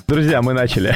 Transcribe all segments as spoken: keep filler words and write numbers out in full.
Друзья, мы начали.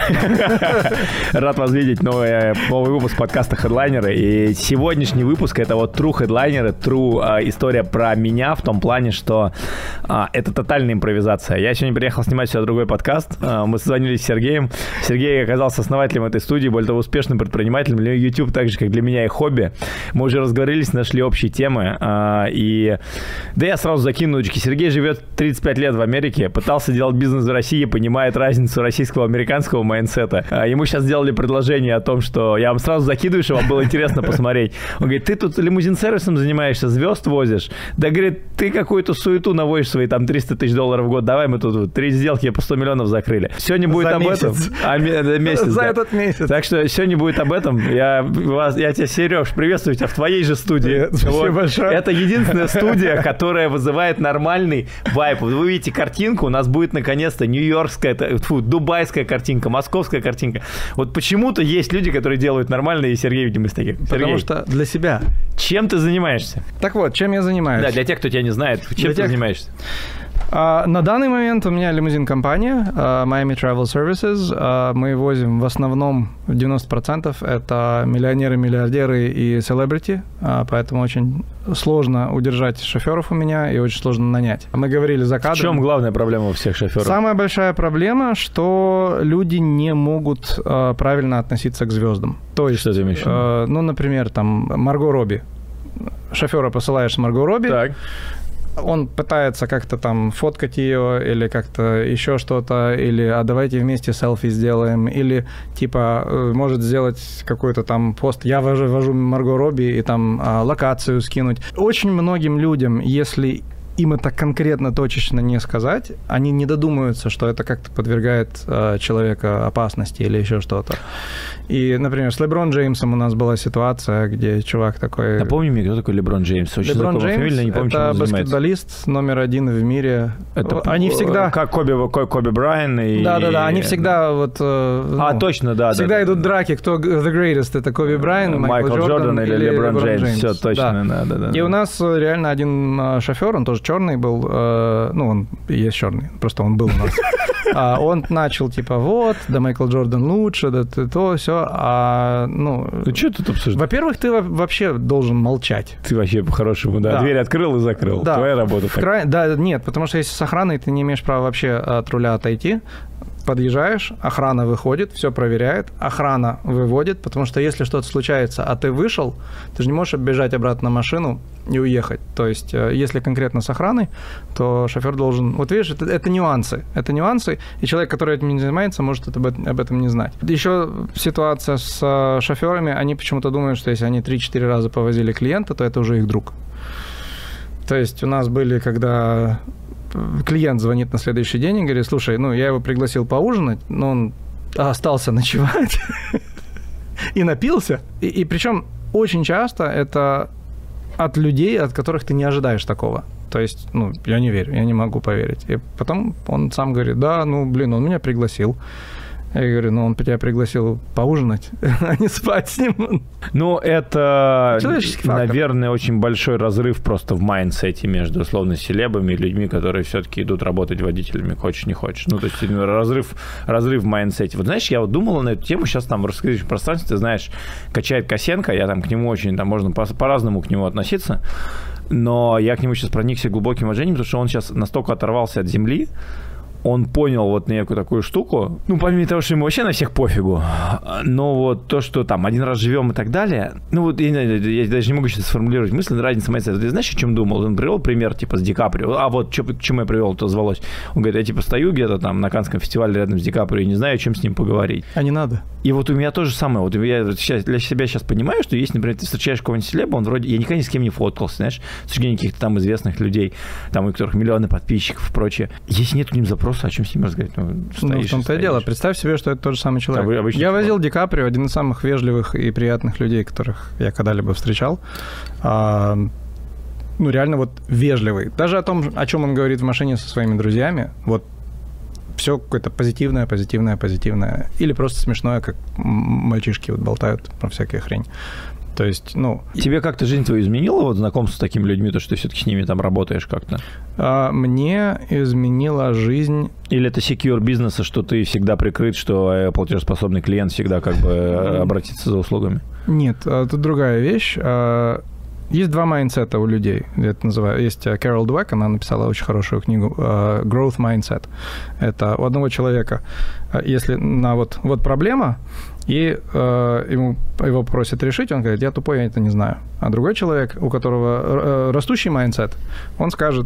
Рад вас видеть. Новый, новый выпуск подкаста «Хедлайнеры». И сегодняшний выпуск — это вот true хедлайнеры, true а, история про меня в том плане, что а, это тотальная импровизация. Я сегодня приехал снимать сюда другой подкаст. А, мы созвонились с Сергеем. Сергей оказался основателем этой студии, более того, успешным предпринимателем. Для YouTube так же, как для меня, и хобби. Мы уже разговорились, нашли общие темы. А, и да я сразу закину удочки. Сергей живет тридцать пять лет в Америке, пытался делать бизнес в России, понимает разницу российского американского майндсета. Ему сейчас сделали предложение о том, что я вам сразу закидываю, чтобы вам было интересно посмотреть. Он говорит, ты тут лимузин-сервисом занимаешься, звезд возишь. Да, говорит, ты какую-то суету наводишь свои там триста тысяч долларов в год. Давай мы тут вот, три сделки по сто миллионов закрыли. Сегодня будет За об месяц. этом. А, месяц, За да. этот месяц. Так что сегодня будет об этом. Я, вас, я тебя, Сереж, приветствую тебя в твоей же студии. Спасибо вот. большое. Это единственная студия, которая вызывает нормальный вайп. Вы видите картинку, у нас будет наконец-то нью-йоркская, фу, дубайская картинка, московская картинка. Вот почему-то есть люди, которые делают нормально, и Сергей, видимо, из таких. Потому Сергей, что для себя. чем ты занимаешься? Так вот, чем я занимаюсь? Да, для тех, кто тебя не знает, чем Для ты тех- занимаешься? А, на данный момент у меня лимузин-компания а, Miami Travel Services. А, мы возим в основном девяносто процентов это миллионеры, миллиардеры и селебрити, а, поэтому очень сложно удержать шоферов у меня и очень сложно нанять. Мы говорили за кадром. В чем главная проблема у всех шоферов? Самая большая проблема, что люди не могут а, правильно относиться к звездам. То есть, Что ты имеешь в виду? а, ну, например, там Марго Робби. Шофера посылаешь с Марго Робби. Так. Он пытается как-то там фоткать ее или как-то еще что-то, или а давайте вместе селфи сделаем, или типа э, может сделать какой-то там пост, я вожу, вожу Марго Робби и там а, локацию скинуть. Очень многим людям, если им это конкретно, точечно не сказать, они не додумаются, что это как-то подвергает э, человека опасности или еще что-то. И, например, с Леброн Джеймсом у нас была ситуация, где чувак такой... Напомни мне, кто такой Леброн Джеймс? Очень Леброн знакомая Джеймс фамилия, не помню, чем это он занимается. баскетболист номер один в мире. Это они всегда... Как Коби, Коби, Коби Брайан и... Да-да-да, они всегда вот... Ну, А, точно, да. всегда да, идут да, драки, кто the greatest, это Коби Брайан, Майкл, Майкл Джордан или Леброн Джеймс. Все, точно, да. Да, да, И да. у нас реально один шофер, он тоже черный был, ну, он есть черный, просто он был у нас. А он начал, типа, вот, да Майкл Джордан лучше, да то, то все, а, ну... Ну, что тут обсуждаешь? Во-первых, ты во- вообще должен молчать. Ты вообще по-хорошему, да. Да. Дверь открыл и закрыл. Да. Твоя работа. В так. край- Да, нет, потому что если с охраной ты не имеешь права вообще от руля отойти, подъезжаешь, охрана выходит, все проверяет, охрана выводит, потому что если что-то случается, а ты вышел, ты же не можешь оббежать обратно машину и уехать. То есть, э, если конкретно с охраной, то шофер должен... Вот видишь, это, это нюансы. Это нюансы, и человек, который этим не занимается, может это, об этом не знать. Еще ситуация с э, шоферами, они почему-то думают, что если они три-четыре раза повозили клиента, то это уже их друг. То есть у нас были, когда клиент звонит на следующий день и говорит, слушай, ну, я его пригласил поужинать, но он остался ночевать и напился. И, и причем очень часто это от людей, от которых ты не ожидаешь такого. То есть, ну, я не верю, я не могу поверить. И потом он сам говорит, да, ну, блин, он меня пригласил. Я говорю, ну, он тебя пригласил поужинать, а не спать с ним. Ну, это, Человеческий фактор. наверное, очень большой разрыв просто в майндсете между, условно, селебами и людьми, которые все-таки идут работать водителями, хочешь не хочешь. Ну, то есть разрыв, разрыв в майндсете. Вот знаешь, я вот думал на эту тему, сейчас там в русскоязычном пространстве, ты знаешь, качает Косенко, я там к нему очень, там можно по- по-разному к нему относиться, но я к нему сейчас проникся глубоким уважением, потому что он сейчас настолько оторвался от земли, он понял вот некую такую штуку, ну, помимо того, что ему вообще на всех пофигу, но вот то, что там один раз живем и так далее, ну, вот я, я даже не могу сейчас сформулировать мысль, разница майндсета. Ты знаешь, о чем думал? Он привел пример, типа, с Ди Каприо, а вот чё, к чему я привел, то звалось. Он говорит, я, типа, стою где-то там на Каннском фестивале рядом с Ди Каприо и не знаю, о чем с ним поговорить. А не надо. И вот у меня то же самое. Вот я сейчас, для себя сейчас понимаю, что если, например, ты встречаешь кого-нибудь селеба, он вроде... Я никогда ни с кем не фоткался, знаешь, с точки зрения каких-то там известных людей, там, у которых миллионы подписчиков и прочее. Если нет к ним запроса, о чем с ним разговаривать? Ну, стоишь, Ну, в том-то и дело. Представь себе, что это тот же самый человек. Да, обычно я человек. возил Ди Каприо, один из самых вежливых и приятных людей, которых я когда-либо встречал. А, ну, реально вот вежливый. Даже о том, о чем он говорит в машине со своими друзьями, вот все какое-то позитивное, позитивное, позитивное. Или просто смешное, как м- мальчишки вот болтают про всякую хрень. То То есть, ну... Тебе как-то жизнь твою изменила, вот знакомство с такими людьми, то, что ты все-таки с ними там работаешь как-то? А, мне изменила жизнь... Или это секьюр бизнеса, что ты всегда прикрыт, что платежеспособный клиент всегда как бы обратится за услугами? Нет, тут другая вещь. Есть два майндсета у людей. Это называю. Есть Кэрол Двек, она написала очень хорошую книгу «Growth Mindset». Это у одного человека, если на вот, вот проблема, и э, ему, его просят решить, он говорит, я тупой, я это не знаю. А другой человек, у которого э, растущий майндсет, он скажет,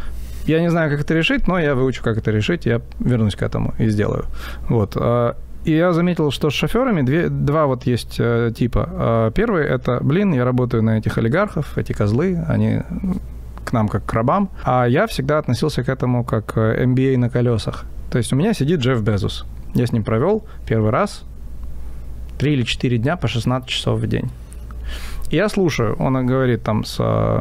я не знаю, как это решить, но я выучу, как это решить, я вернусь к этому и сделаю. Вот. И я заметил, что с шоферами две, два вот есть э, типа. Первый – это, блин, я работаю на этих олигархов, эти козлы, они к нам как к рабам. А я всегда относился к этому как эм би эй на колесах. То есть у меня сидит Джефф Безос. Я с ним провел первый раз три или четыре дня по шестнадцать часов в день. И я слушаю, он говорит там с э,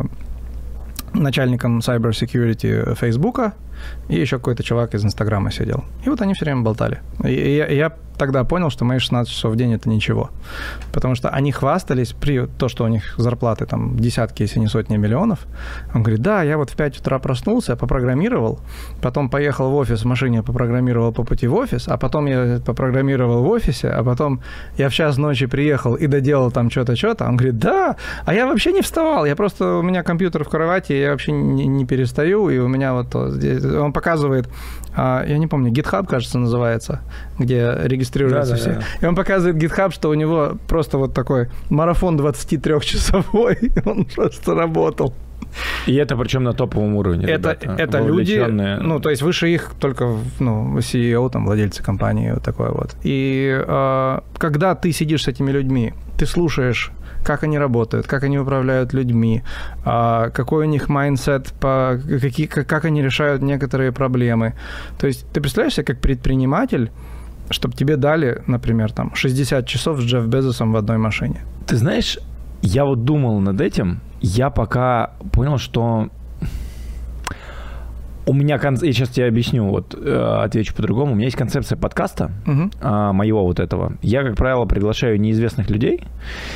начальником cyber security Фейсбука, и еще какой-то чувак из Инстаграма сидел. И вот они все время болтали. И я, я тогда понял, что мои шестнадцать часов в день – это ничего. Потому что они хвастались при то, что у них зарплаты там десятки, если не сотни миллионов. Он говорит, да, я вот в пять утра проснулся, попрограммировал, потом поехал в офис в машине, попрограммировал по пути в офис, а потом я попрограммировал в офисе, а потом я в час ночи приехал и доделал там что-то, что-то. Он говорит, да, а я вообще не вставал, я просто, у меня компьютер в кровати, я вообще не, не перестаю, и у меня вот здесь... Он показывает, я не помню, GitHub, кажется, называется, где регистрируются да, все. Да, да. И он показывает GitHub, что у него просто вот такой марафон двадцатитрёхчасовой, он просто работал. И это причем на топовом уровне. Это, это люди, ну, то есть выше их только, ну, си и о, там, владельцы компании, вот такое вот. И э, когда ты сидишь с этими людьми, ты слушаешь, как они работают, как они управляют людьми, э, какой у них майндсет, по, какие, как, как они решают некоторые проблемы. То есть ты представляешь себе, как предприниматель, чтобы тебе дали, например, там, шестьдесят часов с Джефф Безосом в одной машине. Ты знаешь, я вот думал над этим, я пока понял, что у меня, кон... я сейчас тебе объясню, вот отвечу по-другому, у меня есть концепция подкаста, uh-huh. а, моего вот этого. Я, как правило, приглашаю неизвестных людей,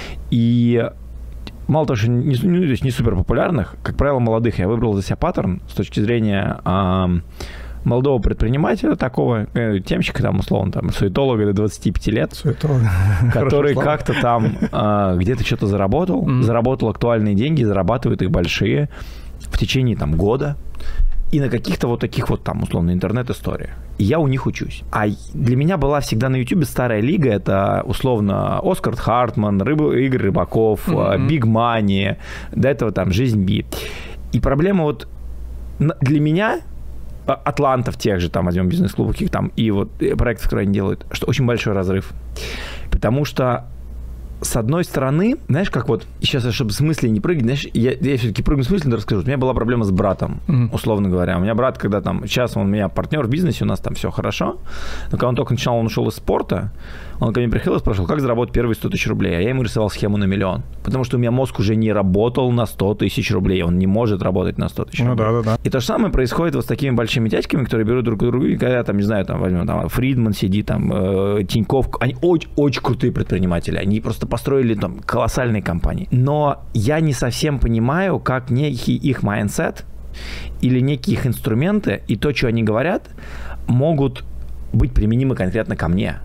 и мало того, что не, ну, то есть не супер популярных, как правило, молодых. Я выбрал за себя паттерн с точки зрения... А, молодого предпринимателя, такого э, темщика, там, условно, там, суетолога до двадцати пяти лет, суетолога. который как-то там э, где-то что-то заработал, mm-hmm. заработал актуальные деньги, зарабатывает их большие в течение там года и на каких-то вот таких вот там, условно, интернет-историях. И я у них учусь. А для меня была всегда на Ютубе старая лига, это, условно, Оскар Хартман, Рыб... Игорь Рыбаков, Биг mm-hmm. Мани, до этого там Жизнь Би. И проблема вот для меня... Атлантов тех же, там, возьмем бизнес-клубы каких там, и вот проектов, которые они делают, что очень большой разрыв. Потому что, с одной стороны, знаешь, как вот, сейчас, чтобы в смысле не прыгать, знаешь, я, я все-таки прыгну в смысле, но расскажу. У меня была проблема с братом, mm-hmm. условно говоря. У меня брат, когда там, сейчас он у меня партнер в бизнесе, у нас там все хорошо, но когда он только начинал, он ушел из спорта, он ко мне приходил и спрашивал, как заработать первые сто тысяч рублей, а я ему рисовал схему на миллион, потому что у меня мозг уже не работал на сто тысяч рублей, он не может работать на сто тысяч рублей. Ну, да, да, да. И то же самое происходит вот с такими большими дядьками, которые берут друг друга, и когда там, не знаю, там, возьмем, там, Фридман сидит, там, э, Тинькофф, они очень, очень крутые предприниматели, они просто построили там колоссальные компании. Но я не совсем понимаю, как некий их майндсет или некие их инструменты и то, что они говорят, могут быть применимы конкретно ко мне.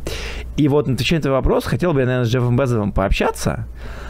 И вот, отвечая на твой вопрос, хотел бы я, наверное, с Джеффом Безосом пообщаться.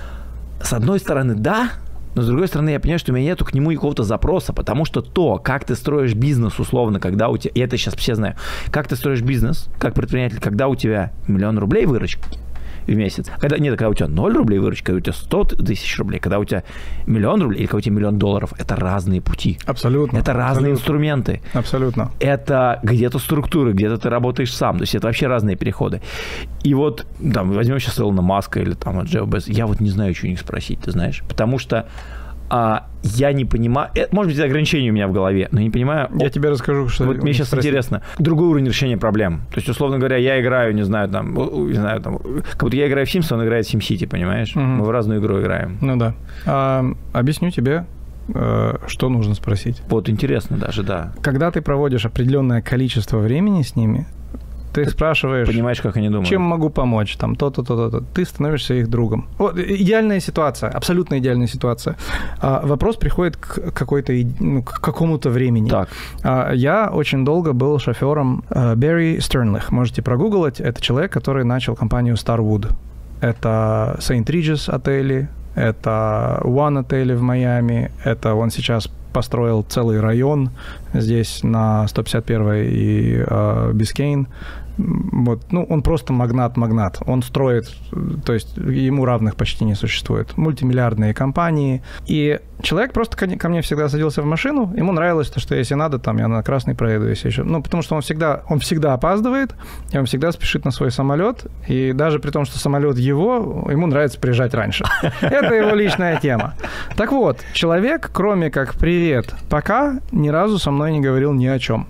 С одной стороны, да, но с другой стороны, я понимаю, что у меня нету к нему какого-то запроса, потому что то, как ты строишь бизнес, условно, когда у тебя... И это сейчас все знаю. Как ты строишь бизнес, как предприниматель, когда у тебя миллион рублей выручки в месяц. Когда, нет, когда у тебя ноль рублей выручка, когда у тебя сто тысяч рублей, когда у тебя миллион рублей или когда у тебя миллион долларов, это разные пути. Абсолютно. Это разные абсолютно. инструменты. Абсолютно. Это где-то структуры, где-то ты работаешь сам. То есть это вообще разные переходы. И вот, там, возьмем сейчас Илона Маска или там Джефф Безос. Я вот не знаю, что у них спросить, ты знаешь. Потому что а, я не понимаю... Это, может быть, ограничения у меня в голове, но я не понимаю... Я о, тебе расскажу, что... Вот мне сейчас спросить. Интересно. Другой уровень решения проблем. То есть, условно говоря, я играю, не знаю, там... Не знаю, там... Как будто я играю в Sims, он играет в SimCity, понимаешь? Угу. Мы в разную игру играем. Ну да. А, объясню тебе, что нужно спросить. Вот интересно даже, да. Когда ты проводишь определенное количество времени с ними, Ты спрашиваешь, понимаешь, как они думают. Чем могу помочь, там, то-то, то-то, то. Ты становишься их другом. Вот, идеальная ситуация, абсолютно идеальная ситуация. А, вопрос приходит к какой-то, ну, к какому-то времени. Так. А, я очень долго был шофером а, Барри Стернлих. Можете прогуглить. Это человек, который начал компанию Starwood. Это Saint Regis отели, это One отели в Майами, это он сейчас построил целый район здесь на сто пятьдесят первой и э, Бискейн. Вот, ну, он просто магнат-магнат. Он строит, то есть ему равных почти не существует. Мультимиллиардные компании. И человек просто ко, ко мне всегда садился в машину. Ему нравилось то, что если надо, там я на красный проеду, если еще. Ну, потому что он всегда, он всегда опаздывает, и он всегда спешит на свой самолет. И даже при том, что самолет его, ему нравится приезжать раньше. Это его личная тема. Так вот, человек, кроме как «привет, пока», ни разу со мной не говорил ни о чем.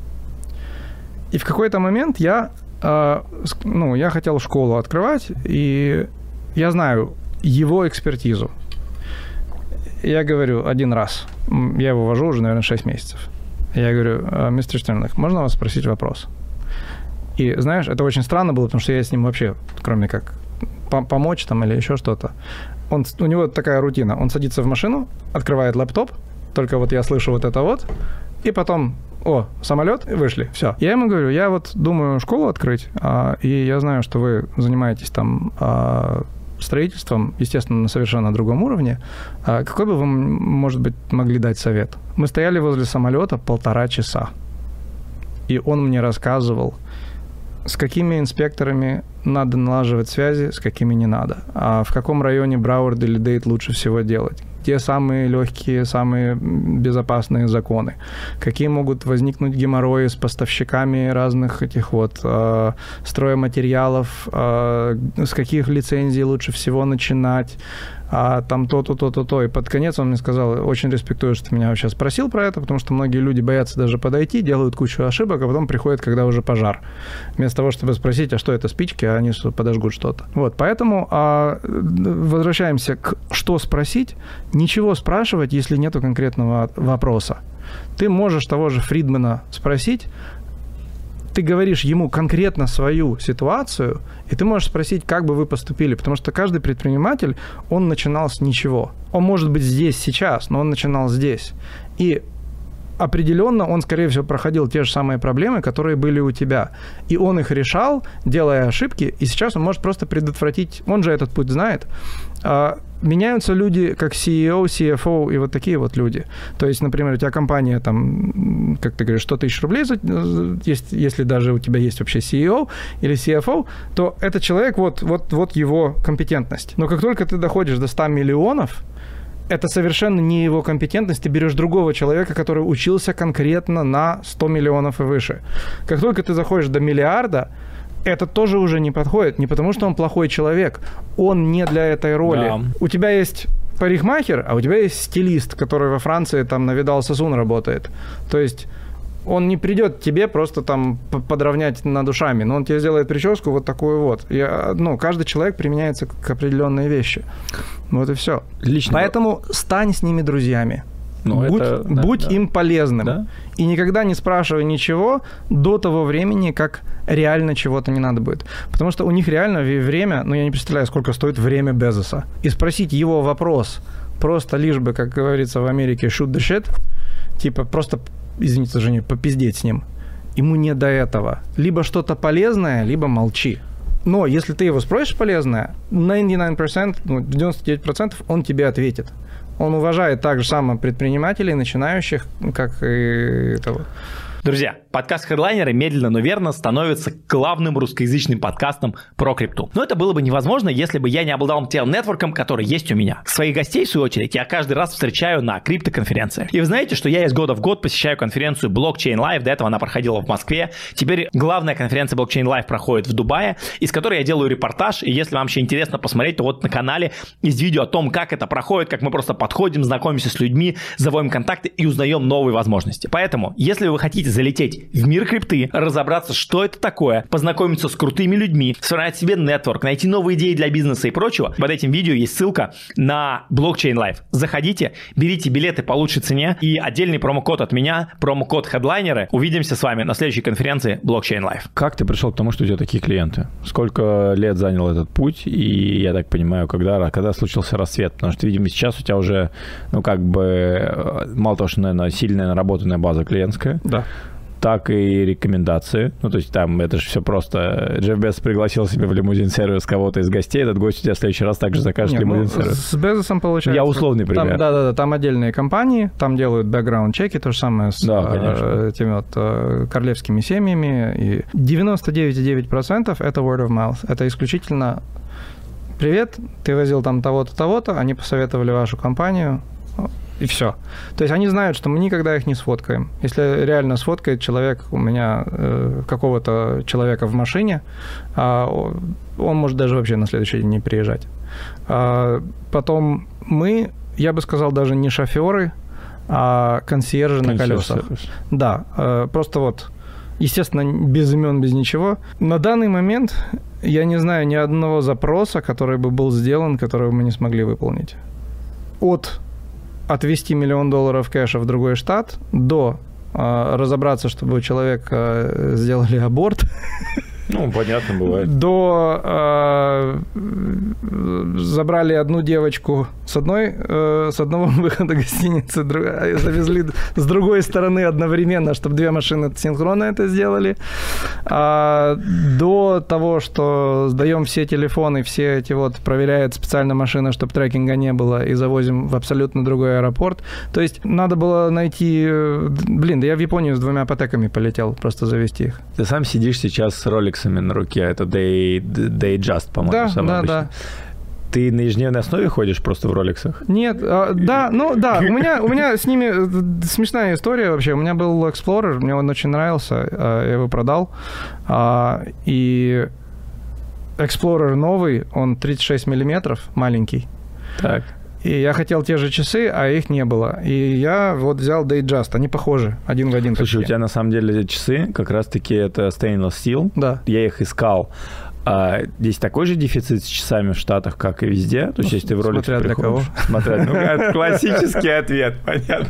И в какой-то момент я, э, ну, я хотел школу открывать, и я знаю его экспертизу. Я говорю один раз, я его вожу уже, наверное, шесть месяцев. Я говорю: мистер Стернлих, можно вас спросить вопрос? И знаешь, это очень странно было, потому что я с ним вообще, кроме как помочь там или еще что-то, он, у него такая рутина. Он садится в машину, открывает лэптоп, только вот я слышу вот это вот, и потом... О, самолет, вышли, все. Я ему говорю, я вот думаю школу открыть, а, и я знаю, что вы занимаетесь там а, строительством, естественно, на совершенно другом уровне. А какой бы вы, может быть, могли дать совет? Мы стояли возле самолета полтора часа, и он мне рассказывал, с какими инспекторами надо налаживать связи, с какими не надо, а в каком районе Брауард или Дейт лучше всего делать, те самые легкие, самые безопасные законы, какие могут возникнуть геморрои с поставщиками разных этих вот э, стройматериалов, э, с каких лицензий лучше всего начинать, а там то-то, то-то, то. И под конец он мне сказал: очень респектую, что ты меня вообще спросил про это, потому что многие люди боятся даже подойти, делают кучу ошибок, а потом приходят, когда уже пожар. Вместо того, чтобы спросить, а что это спички, а они подожгут что-то. Вот, поэтому а, возвращаемся к что спросить. Ничего спрашивать, если нету конкретного вопроса. Ты можешь того же Фридмана спросить, ты говоришь ему конкретно свою ситуацию, и ты можешь спросить, как бы вы поступили, потому что каждый предприниматель, он начинал с ничего. Он может быть здесь сейчас, но он начинал здесь. И определенно он, скорее всего, проходил те же самые проблемы, которые были у тебя. И он их решал, делая ошибки, и сейчас он может просто предотвратить, он же этот путь знает. Меняются люди, как си и о, си эф о и вот такие вот люди. То есть, например, у тебя компания, там, как ты говоришь, сто тысяч рублей, если даже у тебя есть вообще си и о или си эф о, то этот человек, вот, вот, вот его компетентность. Но как только ты доходишь до ста миллионов, это совершенно не его компетентность. Ты берешь другого человека, который учился конкретно на сто миллионов и выше. Как только ты заходишь до миллиарда, это тоже уже не подходит. Не потому, что он плохой человек. Он не для этой роли. Да. У тебя есть парикмахер, а у тебя есть стилист, который во Франции там на Видал Сасун работает. То есть он не придет тебе просто там подровнять над ушами, но он тебе сделает прическу вот такую вот. И, ну, каждый человек применяется к определенной вещи. Вот и все. Лично. Поэтому стань с ними друзьями. Ну, будь это, да, будь да. им полезным. Да? И никогда не спрашивай ничего до того времени, как реально чего-то не надо будет. Потому что у них реально время, ну, я не представляю, сколько стоит время Безоса. И спросить его вопрос, просто лишь бы, как говорится в Америке, shoot the shit, типа просто, извините, Женя, попиздеть с ним. Ему не до этого. Либо что-то полезное, либо молчи. Но если ты его спросишь полезное, девяносто девять процентов, ну, девяносто девять процентов он тебе ответит. Он уважает так же само предпринимателей, начинающих, как и того. Друзья, подкаст Headliner медленно, но верно становится главным русскоязычным подкастом про крипту. Но это было бы невозможно, если бы я не обладал тем нетворком, который есть у меня. Своих гостей, в свою очередь, я каждый раз встречаю на криптоконференциях. И вы знаете, что я из года в год посещаю конференцию Blockchain Live. До этого она проходила в Москве. Теперь главная конференция Blockchain Live проходит в Дубае, из которой я делаю репортаж. И если вам вообще интересно посмотреть, то вот на канале есть видео о том, как это проходит, как мы просто подходим, знакомимся с людьми, заводим контакты и узнаем новые возможности. Поэтому, если вы хотите залететь в мир крипты, разобраться, что это такое, познакомиться с крутыми людьми, сформировать себе нетворк, найти новые идеи для бизнеса и прочего, под этим видео есть ссылка на Blockchain Life. Заходите, берите билеты по лучшей цене и отдельный промокод от меня, промокод Headliner. Увидимся с вами на следующей конференции Blockchain Life. Как ты пришел к тому, что у тебя такие клиенты? Сколько лет занял этот путь? И я так понимаю, когда, когда случился расцвет? Потому что, видимо, сейчас у тебя уже, ну, как бы, мало того, что, наверное, сильная наработанная база клиентская. Да. Так и рекомендации. Ну, то есть там это же все просто... Джефф Безос пригласил себе в лимузин-сервис кого-то из гостей, этот гость у тебя в следующий раз также закажет лимузин-сервис. Ну, с Безосом получается... Я условный пример. Да-да-да, там отдельные компании, там делают бэкграунд-чеки, то же самое с да, э, этими вот э, королевскими семьями. И девяносто девять целых девять десятых процента это word of mouth. Это исключительно «Привет, ты возил там того-то, того-то, они посоветовали вашу компанию». И все. То есть они знают, что мы никогда их не сфоткаем. Если реально сфоткает человек у меня э, какого-то человека в машине, э, он может даже вообще на следующий день не приезжать. А потом мы, я бы сказал, даже не шоферы, а консьержи на колесах. Да, э, просто вот, естественно, без имен, без ничего. На данный момент я не знаю ни одного запроса, который бы был сделан, который мы не смогли выполнить. От отвести миллион долларов кэша в другой штат до э, разобраться, чтобы у человека сделали аборт. Ну, понятно, бывает. До э, забрали одну девочку с одной, э, с одного выхода гостиницы, друг, завезли с другой стороны одновременно, чтобы две машины синхронно это сделали. А, до того, что сдаем все телефоны, все эти вот, проверяет специально машина, чтобы трекинга не было, и завозим в абсолютно другой аэропорт. То есть надо было найти... Блин, да я в Японию с двумя апотеками полетел, просто завести их. Ты сам сидишь сейчас с Rolex на руке, это Day, Datejust, по-моему, да, самое да, обычное. Да. Ты на ежедневной основе ходишь просто в роликсах? Нет, а, да, ну да, у меня, у меня с ними смешная история вообще. У меня был Explorer, мне он очень нравился, я его продал, и Explorer новый, он тридцать шесть миллиметров, маленький. Так. И я хотел те же часы, а их не было. И я вот взял Datejust, они похожи, один в один. Слушай, почти. У тебя на самом деле часы, как раз-таки это stainless steel. Да. Я их искал. А здесь такой же дефицит с часами в Штатах, как и везде? То есть, если ты в ролике смотря приходишь... для кого. Смотря, ну, классический ответ, понятно.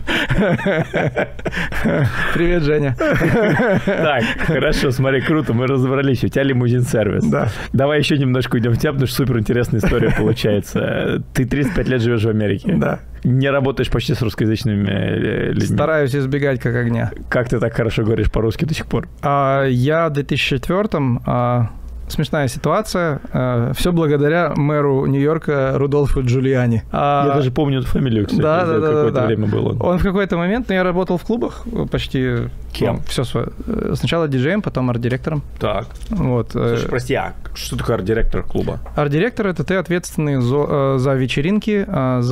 Привет, Женя. Так, хорошо, смотри, круто, мы разобрались. У тебя лимузин-сервис. Да. Давай еще немножко уйдем в тебя, потому что суперинтересная история получается. Ты тридцать пять лет живешь в Америке. Да. Не работаешь почти с русскоязычными людьми. Стараюсь избегать как огня. Как ты так хорошо говоришь по-русски до сих пор? А, я в две тысячи четвёртом... А... Смешная ситуация. Все благодаря мэру Нью-Йорка Рудольфу Джулиани. Я даже помню эту фамилию, кстати. Да, да, да. Какое-то да. время был он. Он в какой-то момент, ну, я работал в клубах почти... Кем? Ну, все свое. Сначала диджеем, потом арт-директором. Так. Вот. Слушай, прости, а что такое арт-директор клуба? Арт-директор – это ты ответственный за, за вечеринки,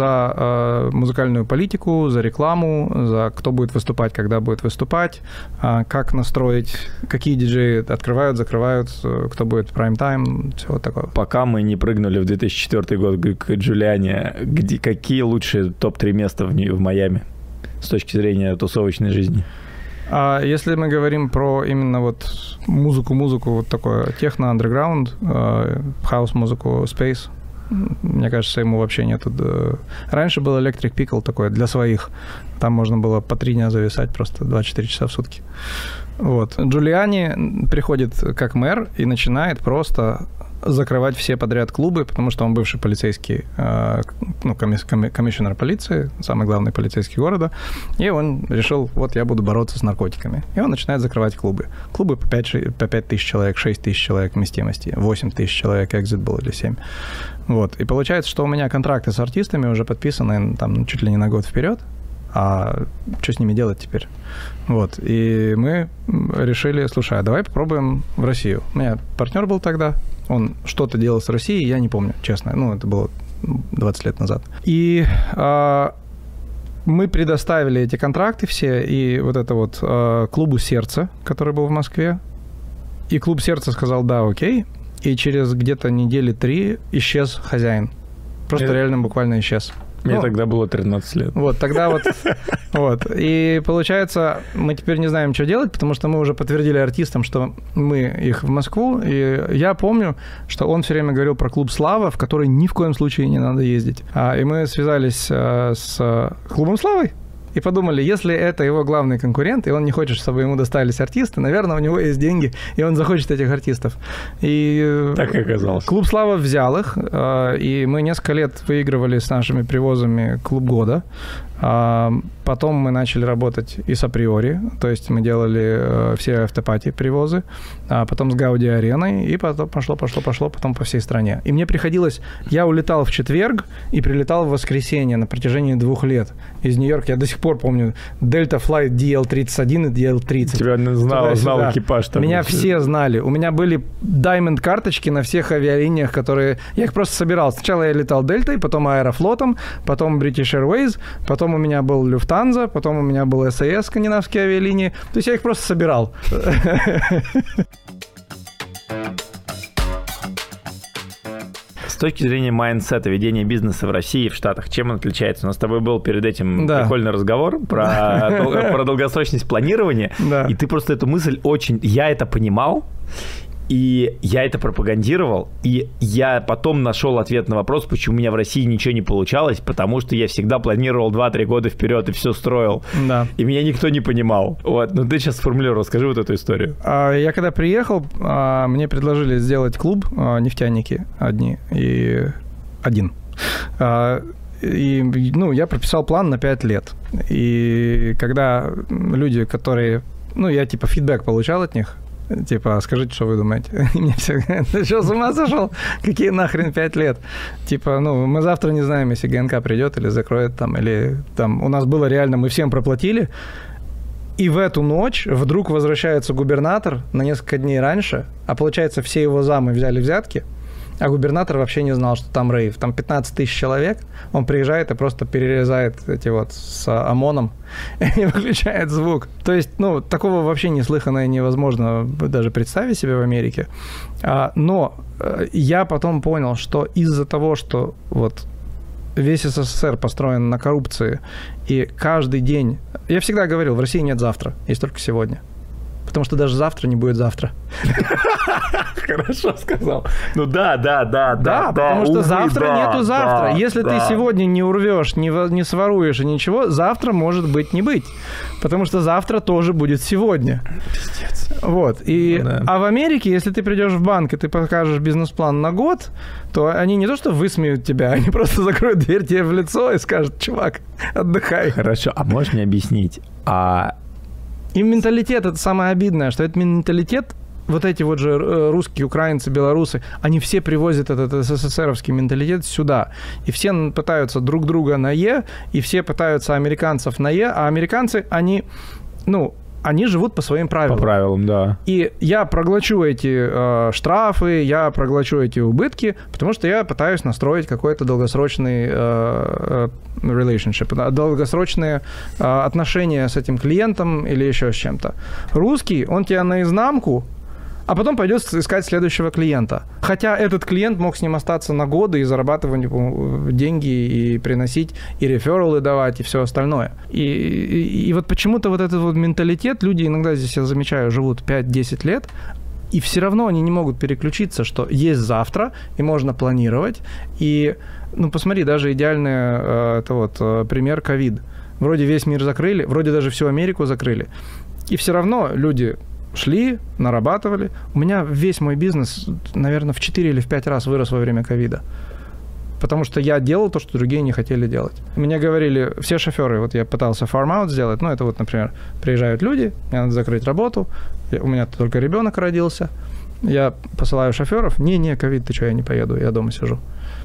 за музыкальную политику, за рекламу, за кто будет выступать, когда будет выступать, как настроить, какие диджеи открывают, закрывают, кто будет прайм-тайм, все вот такое. Пока мы не прыгнули в две тысячи четвёртый год к Джулиани, где, какие лучшие топ три места в, в Майами с точки зрения тусовочной жизни? А если мы говорим про именно вот музыку-музыку, вот такое техно-андерграунд, хаус-музыку, спейс, мне кажется, ему вообще нету... Раньше был Electric Pickle такой для своих. Там можно было по три дня зависать просто двадцать четыре часа в сутки. Вот. Джулиани приходит как мэр и начинает просто закрывать все подряд клубы, потому что он бывший полицейский, ну, комиссионер полиции, самый главный полицейский города, и он решил, вот я буду бороться с наркотиками. И он начинает закрывать клубы. Клубы по пять тысяч человек, шесть тысяч человек вместимости, восемь тысяч человек, экзит был или семь. Вот. И получается, что у меня контракты с артистами уже подписаны там чуть ли не на год вперед, а что с ними делать теперь? Вот. И мы решили, слушай, а давай попробуем в Россию. У меня партнер был тогда, он что-то делал с Россией, я не помню, честно. Ну, это было двадцать лет назад. И а, мы предоставили эти контракты все, и вот это вот а, клубу «Сердце», который был в Москве. И клуб «Сердце» сказал, да, окей. И через где-то недели три исчез хозяин. Просто это... реально буквально исчез. Мне ну, тогда было тринадцать лет. Вот, тогда вот, вот. И получается, мы теперь не знаем, что делать, потому что мы уже подтвердили артистам, что мы их в Москву. И я помню, что он все время говорил про клуб «Слава», в который ни в коем случае не надо ездить. А, и мы связались а, с клубом «Славой». И подумали, если это его главный конкурент, и он не хочет, чтобы ему достались артисты, наверное, у него есть деньги, и он захочет этих артистов. И так и оказалось. Клуб «Слава» взял их, и мы несколько лет выигрывали с нашими привозами «Клуб года». Потом мы начали работать и с «Априори», то есть мы делали все автопати привозы, а потом с «Гауди Ареной», и потом пошло, пошло, пошло, потом по всей стране. И мне приходилось... Я улетал в четверг и прилетал в воскресенье на протяжении двух лет из Нью-Йорка. Я до сих пор помню Delta Flight ди эл тридцать один и ди эл тридцать. Тебя знал, знал экипаж. Там Меня все. все знали. У меня были Diamond-карточки на всех авиалиниях, которые... Я их просто собирал. Сначала я летал Дельтой, потом Аэрофлотом, потом British Airways, потом у меня был Люфтанза, потом у меня был эс эй эс, скандинавские авиалинии. То есть я их просто собирал. С точки зрения майндсета, ведения бизнеса в России и в Штатах, чем он отличается? У нас с тобой был перед этим да. прикольный разговор про, про долгосрочность планирования, да. и ты просто эту мысль очень... Я это понимал, и я это пропагандировал, и я потом нашел ответ на вопрос, почему у меня в России ничего не получалось, потому что я всегда планировал два-три года вперед и все строил. Да. И меня никто не понимал. Вот. Ну, ты сейчас сформулируй, расскажи вот эту историю. Я когда приехал, мне предложили сделать клуб «Нефтяники» одни и один. И, ну, я прописал план на пять лет. И когда люди, которые... Ну, я типа фидбэк получал от них, типа, скажите, что вы думаете? И мне все говорят, ты что, с ума сошел? Какие нахрен пять лет? Типа, ну, мы завтра не знаем, если ГНК придет или закроет там, или там... У нас было реально, мы всем проплатили, и в эту ночь вдруг возвращается губернатор на несколько дней раньше, а получается, все его замы взяли взятки, а губернатор вообще не знал, что там рейв. Там пятнадцать тысяч человек, он приезжает и просто перерезает эти вот с ОМОНом и выключает звук. То есть, ну, такого вообще неслыханно и невозможно даже представить себе в Америке. Но я потом понял, что из-за того, что вот весь СССР построен на коррупции, и каждый день... Я всегда говорил, в России нет завтра, есть только сегодня. Потому что даже завтра не будет завтра. Хорошо сказал. Ну да, да, да, да. Да, потому что завтра нету завтра. Если ты сегодня не урвешь, не своруешь и ничего, завтра может быть не быть. Потому что завтра тоже будет сегодня. Пиздец. Вот. И, ну, да. А в Америке, если ты придешь в банк и ты покажешь бизнес-план на год, то они не то что высмеют тебя, они просто закроют дверь тебе в лицо и скажут, чувак, отдыхай. Хорошо, а можешь мне объяснить, а... И менталитет, это самое обидное, что этот менталитет, вот эти вот же русские, украинцы, белорусы, они все привозят этот СССРовский менталитет сюда. И все пытаются друг друга на «е», и все пытаются американцев на «е», а американцы, они, ну, они живут по своим правилам. По правилам, да. И я проглочу эти э, штрафы, я проглочу эти убытки, потому что я пытаюсь настроить какой-то долгосрочный э, relationship, долгосрочные э, отношения с этим клиентом или еще с чем-то. Русский, он тебя наизнанку, а потом пойдет искать следующего клиента. Хотя этот клиент мог с ним остаться на годы и зарабатывать деньги, и приносить, и рефералы давать, и все остальное. И, и, и вот почему-то вот этот вот менталитет, люди иногда здесь, я замечаю, живут пять-десять лет, и все равно они не могут переключиться, что есть завтра, и можно планировать. И, ну, посмотри, даже идеальный это вот, пример ковид. Вроде весь мир закрыли, вроде даже всю Америку закрыли. И все равно люди... шли, нарабатывали. У меня весь мой бизнес, наверное, в четыре или в пять раз вырос во время ковида. Потому что я делал то, что другие не хотели делать. Мне говорили, все шоферы, вот я пытался фарм-аут сделать, ну, это вот, например, приезжают люди, мне надо закрыть работу, я, у меня только ребенок родился, я посылаю шоферов, не-не, ковид, ты что, я не поеду, я дома сижу.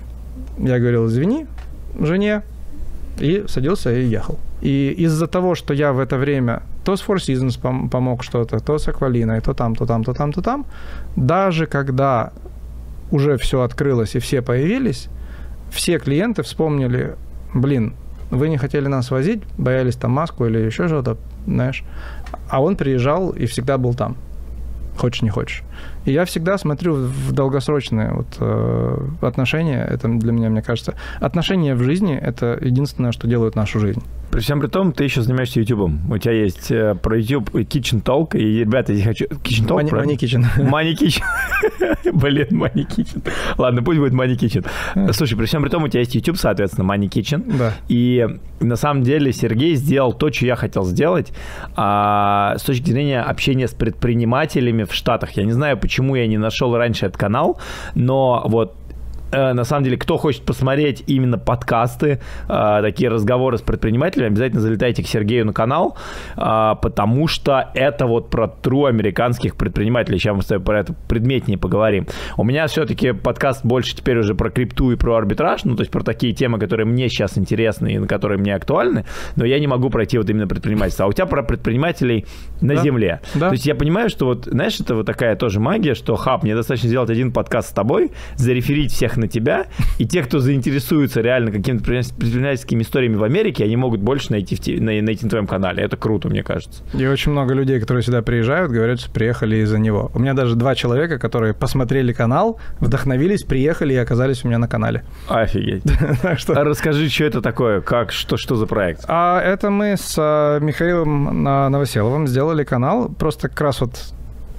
Я говорил, извини, жене, и садился и ехал. И из-за того, что я в это время то с Four Seasons пом- помог что-то, то с Аквалиной, то там, то там, то там, то там, даже когда уже все открылось и все появились, все клиенты вспомнили, блин, вы не хотели нас возить, боялись там маску или еще что-то, знаешь, а он приезжал и всегда был там. хочешь не хочешь. И я всегда смотрю в долгосрочные вот, э, отношения. Это для меня, мне кажется, отношения в жизни – это единственное, что делает нашу жизнь. При всем при том, ты еще занимаешься ютубом. У тебя есть э, про YouTube Kitchen Talk, и, ребята, я хочу... Kitchen Talk, Money, правильно? Money Kitchen. Money Kitchen. Блин, Money Kitchen. Ладно, пусть будет Money Kitchen. Слушай, при всем при том, у тебя есть YouTube, соответственно, Money Kitchen. Да. И на самом деле Сергей сделал то, что я хотел сделать а, с точки зрения общения с предпринимателями в Штатах. Я не знаю, почему я не нашел раньше этот канал, но вот на самом деле, кто хочет посмотреть именно подкасты, э, такие разговоры с предпринимателями, обязательно залетайте к Сергею на канал, э, потому что это вот про true американских предпринимателей. Сейчас мы с тобой про это предметнее поговорим. У меня все-таки подкаст больше теперь уже про крипту и про арбитраж, ну, то есть про такие темы, которые мне сейчас интересны и на которые мне актуальны, но я не могу пройти вот именно предпринимательство. А у тебя про предпринимателей на да. земле. Да. То есть я понимаю, что вот, знаешь, это вот такая тоже магия, что, Хаб, мне достаточно сделать один подкаст с тобой, зареферить всех на тебя, и те, кто заинтересуются реально какими-то предпринимательскими историями в Америке, они могут больше найти, в те, найти на твоем канале. Это круто, мне кажется. И очень много людей, которые сюда приезжают, говорят, что приехали из-за него. У меня даже два человека, которые посмотрели канал, вдохновились, приехали и оказались у меня на канале. Офигеть. А расскажи, что это такое, как, что, что за проект? А это мы с Михаилом Новоселовым сделали канал, просто как раз вот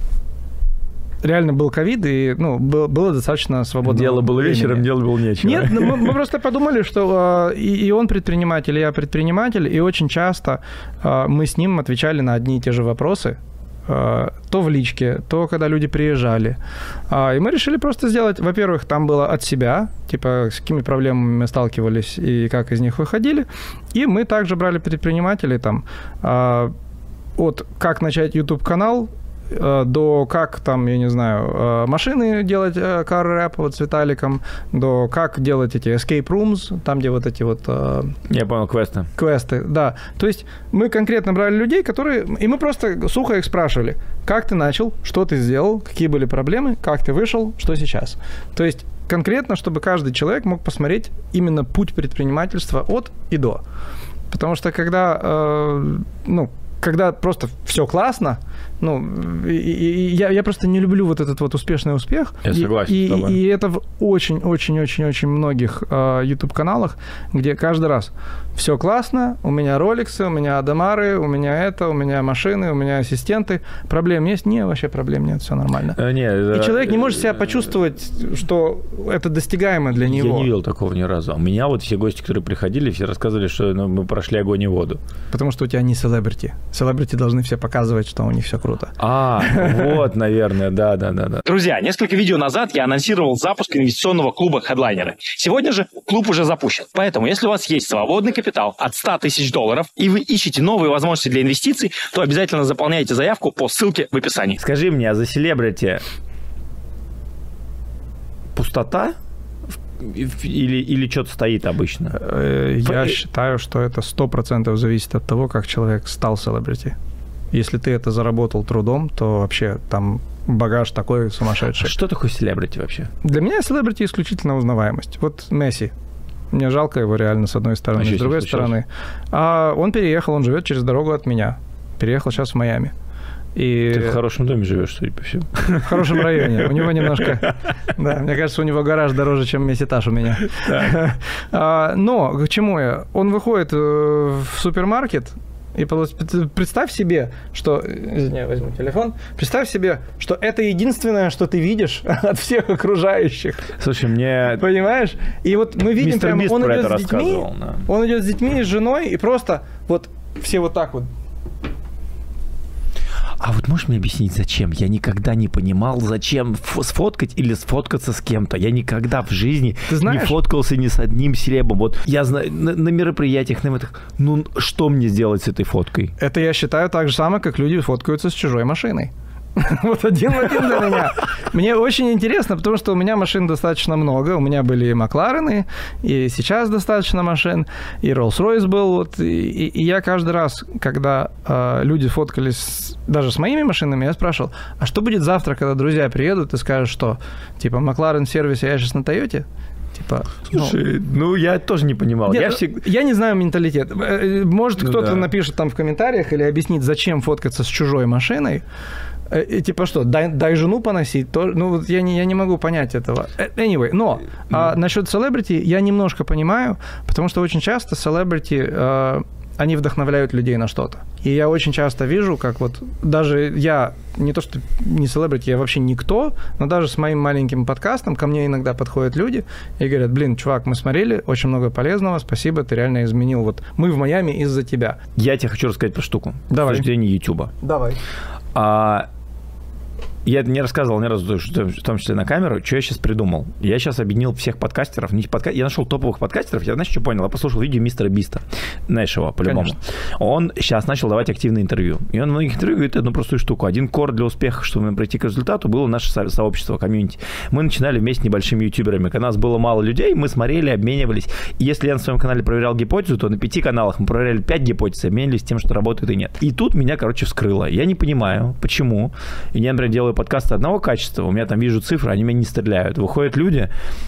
реально был ковид, и ну, было, было достаточно свободно. Дело было времени. Вечером, дело было нечего. Нет, мы, мы просто подумали, что э, и, и он предприниматель, и я предприниматель, и очень часто э, мы с ним отвечали на одни и те же вопросы, э, то в личке, то когда люди приезжали. Э, и мы решили просто сделать, во-первых, там было от себя, типа с какими проблемами мы сталкивались и как из них выходили, и мы также брали предпринимателей там э, от как начать YouTube-канал, до как там, я не знаю, машины делать, car wrap вот с Виталиком, до как делать эти escape rooms, там, где вот эти вот... Я понял, квесты. Квесты, да. То есть мы конкретно брали людей, которые... И мы просто сухо их спрашивали, как ты начал, что ты сделал, какие были проблемы, как ты вышел, что сейчас. То есть конкретно, чтобы каждый человек мог посмотреть именно путь предпринимательства от и до. Потому что когда, э, ну, когда просто все классно, ну, и, и, я, я просто не люблю вот этот вот успешный успех. Я согласен и, с тобой. И, и это в очень-очень-очень-очень многих э, YouTube-каналах, где каждый раз все классно, у меня роликсы, у меня Адамары, у меня это, у меня машины, у меня ассистенты. Проблем есть? Нет, вообще проблем нет, все нормально. А, нет, и человек не может себя почувствовать, что это достигаемо для него. Я не видел такого ни разу. У меня вот все гости, которые приходили, все рассказывали, что ну, мы прошли огонь и воду. Потому что у тебя не селебрити. Селебрити должны все показывать, что у них все круто. А, вот, наверное, да, да, да, да. Друзья, несколько видео назад я анонсировал запуск инвестиционного клуба Headliner. Сегодня же клуб уже запущен. Поэтому, если у вас есть свободный капитал от ста тысяч долларов, и вы ищете новые возможности для инвестиций, то обязательно заполняйте заявку по ссылке в описании. Скажи мне, а за селебрити пустота? Или, или что-то стоит обычно? Я считаю, что это сто процентов зависит от того, как человек стал селебрити. Если ты это заработал трудом, то вообще там багаж такой сумасшедший. А что такое селебрити вообще? Для меня селебрити исключительно узнаваемость. Вот Месси. Мне жалко его реально с одной стороны, а с другой стороны. А он переехал, он живет через дорогу от меня. Переехал сейчас в Майами. И... Ты в хорошем доме живешь, судя по всему. В хорошем районе. У него немножко... Да, мне кажется, у него гараж дороже, чем весь этаж у меня. Но к чему я? Он выходит в супермаркет, и представь себе, что... Извини, я возьму телефон. Представь себе, что это единственное, что ты видишь от всех окружающих. Слушай, мне... Понимаешь? И вот мы видим, Мистер прямо, Бист он про идет это с детьми, да. он идет с детьми, с женой, и просто вот все вот так вот. А вот можешь мне объяснить, зачем? Я никогда не понимал, зачем сфоткать или сфоткаться с кем-то. Я никогда в жизни не фоткался ни с одним селебом. Вот я знаю, на, на мероприятиях, на этих, ну что мне сделать с этой фоткой? Это я считаю так же самое, как люди фоткаются с чужой машиной. Вот один в один для меня. Мне очень интересно, потому что у меня машин достаточно много. У меня были и Макларены, и сейчас достаточно машин, и Rolls-Royce был. Вот, и, и я каждый раз, когда э, люди фоткались даже с моими машинами, я спрашивал, а что будет завтра, когда друзья приедут и скажут, что, типа, Макларен в сервисе, я сейчас на Тойоте? Типа, слушай, ну, ну я тоже не понимал. Нет, я, всег... я не знаю менталитет. Может, ну, кто-то да. напишет там в комментариях или объяснит, зачем фоткаться с чужой машиной. И, типа что, дай, дай жену поносить? То, ну, вот я не, я не могу понять этого. Anyway, но mm. а, насчет селебрити я немножко понимаю, потому что очень часто селебрити, а, они вдохновляют людей на что-то. И я очень часто вижу, как вот даже я, не то что не селебрити, я вообще никто, но даже с моим маленьким подкастом ко мне иногда подходят люди и говорят, блин, чувак, мы смотрели, очень много полезного, спасибо, ты реально изменил. Вот мы в Майами из-за тебя. Я тебе хочу рассказать про штуку. Давай. С точки зрения Ютуба. Давай. А... Я не рассказывал ни разу, в том числе на камеру, что я сейчас придумал. Я сейчас объединил всех подкастеров. Не подка... Я нашел топовых подкастеров. Я, знаешь, что понял? Я послушал видео мистера Биста. Знаешь его, по-любому. Конечно. Он сейчас начал давать активное интервью. И он в многих интервью говорит одну простую штуку. Один кор для успеха, чтобы пройти к результату, было наше со- сообщество, комьюнити. Мы начинали вместе с небольшими ютуберами. Когда нас было мало людей, мы смотрели, обменивались. И если я на своем канале проверял гипотезу, то на пяти каналах мы проверяли пять гипотез, обменивались тем, что работает и нет. И тут меня, короче, вскрыло. Я не понимаю, почему. И я, например, делаю подкасты одного качества, у меня там вижу цифры, они меня не стреляют. Выходят люди,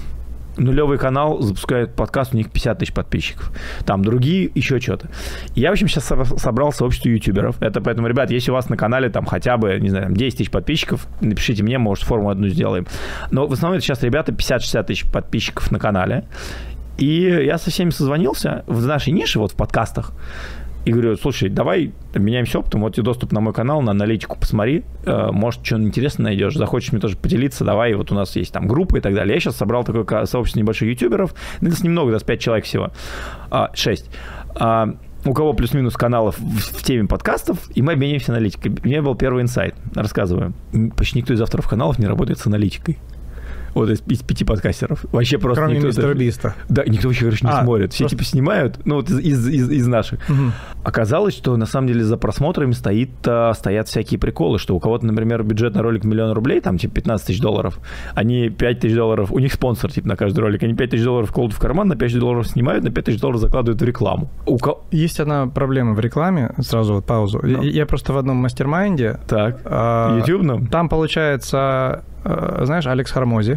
нулевый канал, запускают подкаст, у них пятьдесят тысяч подписчиков. Там другие, еще что-то. Я, в общем, сейчас собрал сообщество ютуберов. Это поэтому, ребят, если у вас на канале там хотя бы, не знаю, десять тысяч подписчиков, напишите мне, может, форму одну сделаем. Но в основном это сейчас ребята пятьдесят-шестьдесят тысяч подписчиков на канале. И я со всеми созвонился в нашей нише, вот в подкастах. И говорю, слушай, давай меняемся опытом, вот тебе доступ на мой канал, на аналитику посмотри, э, может, что-нибудь интересное найдешь, захочешь мне тоже поделиться, давай, вот у нас есть там группы и так далее. Я сейчас собрал такое сообщество небольших ютуберов, нас немного, да, с пять человек всего, а, шесть. А, у кого плюс-минус каналов в, в теме подкастов, и мы обменяемся аналитикой. У меня был первый инсайт, рассказываю. Почти никто из авторов каналов не работает с аналитикой. Вот из, из пяти подкастеров. Вообще просто кроме никто... мистера Биста. Да, никто вообще, короче, не а, смотрит. Все просто... типа снимают, ну вот из, из, из, из наших. Угу. Оказалось, что на самом деле за просмотрами стоит, а, стоят всякие приколы, что у кого-то, например, бюджет на ролик миллион рублей, там типа пятнадцать тысяч долларов, они пять тысяч долларов, у них спонсор типа на каждый ролик, они пять тысяч долларов кладут в карман, на пять тысяч долларов снимают, на пять тысяч долларов закладывают в рекламу. У ко... Есть одна проблема в рекламе, сразу вот паузу. No. Я просто в одном мастер-майнде. Так, а, ютубном? Там получается, знаешь, Алекс Хармози.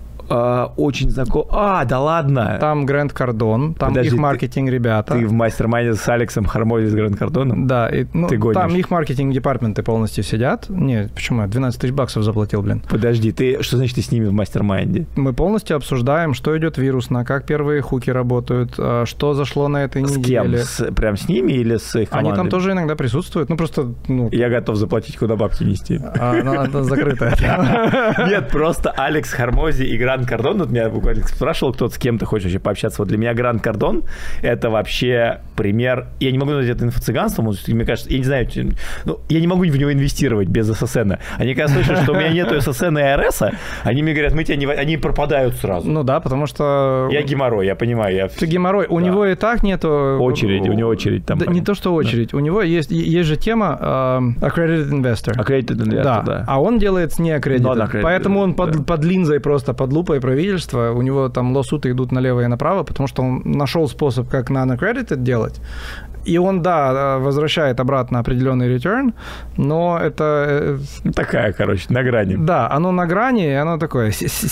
Uh, очень знаком. А, да ладно. Там Грэнд Кардон, там Подожди, их маркетинг-ребята. Ты в мастер-майнде с Алексом Хармози с Грэнд Кардоном? Да. И, ну, ты гонишь. Там их маркетинг-департменты полностью сидят. Нет, почему? Я двенадцать тысяч баксов заплатил, блин. Подожди, ты что значит ты с ними в мастер-майнде? Мы полностью обсуждаем, что идет вирусно, как первые хуки работают, что зашло на этой с неделе. С кем? С, прям с ними или с их командой? Они там тоже иногда присутствуют. Ну, просто... Ну... Я готов заплатить, куда бабки нести. А, ну, она закрытая. Нет, просто Алекс Хармози и Грэнд Кардон, вот меня буквально спрашивал, кто-то с кем ты хочешь вообще пообщаться. Вот для меня Грэнд Кардон — это вообще пример... Я не могу назвать это инфо-цыганством, мне кажется, я не знаю, ну, я не могу в него инвестировать без эс эс эн. Они когда слышат, что у меня нету эс эс эн и эй ар эс, они мне говорят, мы тебя не... Они пропадают сразу. Ну да, потому что... Я геморрой, я понимаю. Я... Ты геморрой. У да. него и так нету... Очередь, у него очередь там. Да, не то, что очередь. Да. У него есть, есть же тема uh, accredited investor. Accredited investor, да. да. А он делает с не accredited. Поэтому он под, да. под линзой просто, под лупой правительства, у него там лоссуты идут налево и направо, потому что он нашел способ, как non-accredited делать. И он, да, возвращает обратно определенный return, но это... Такая, короче, на грани. Да, оно на грани, и оно такое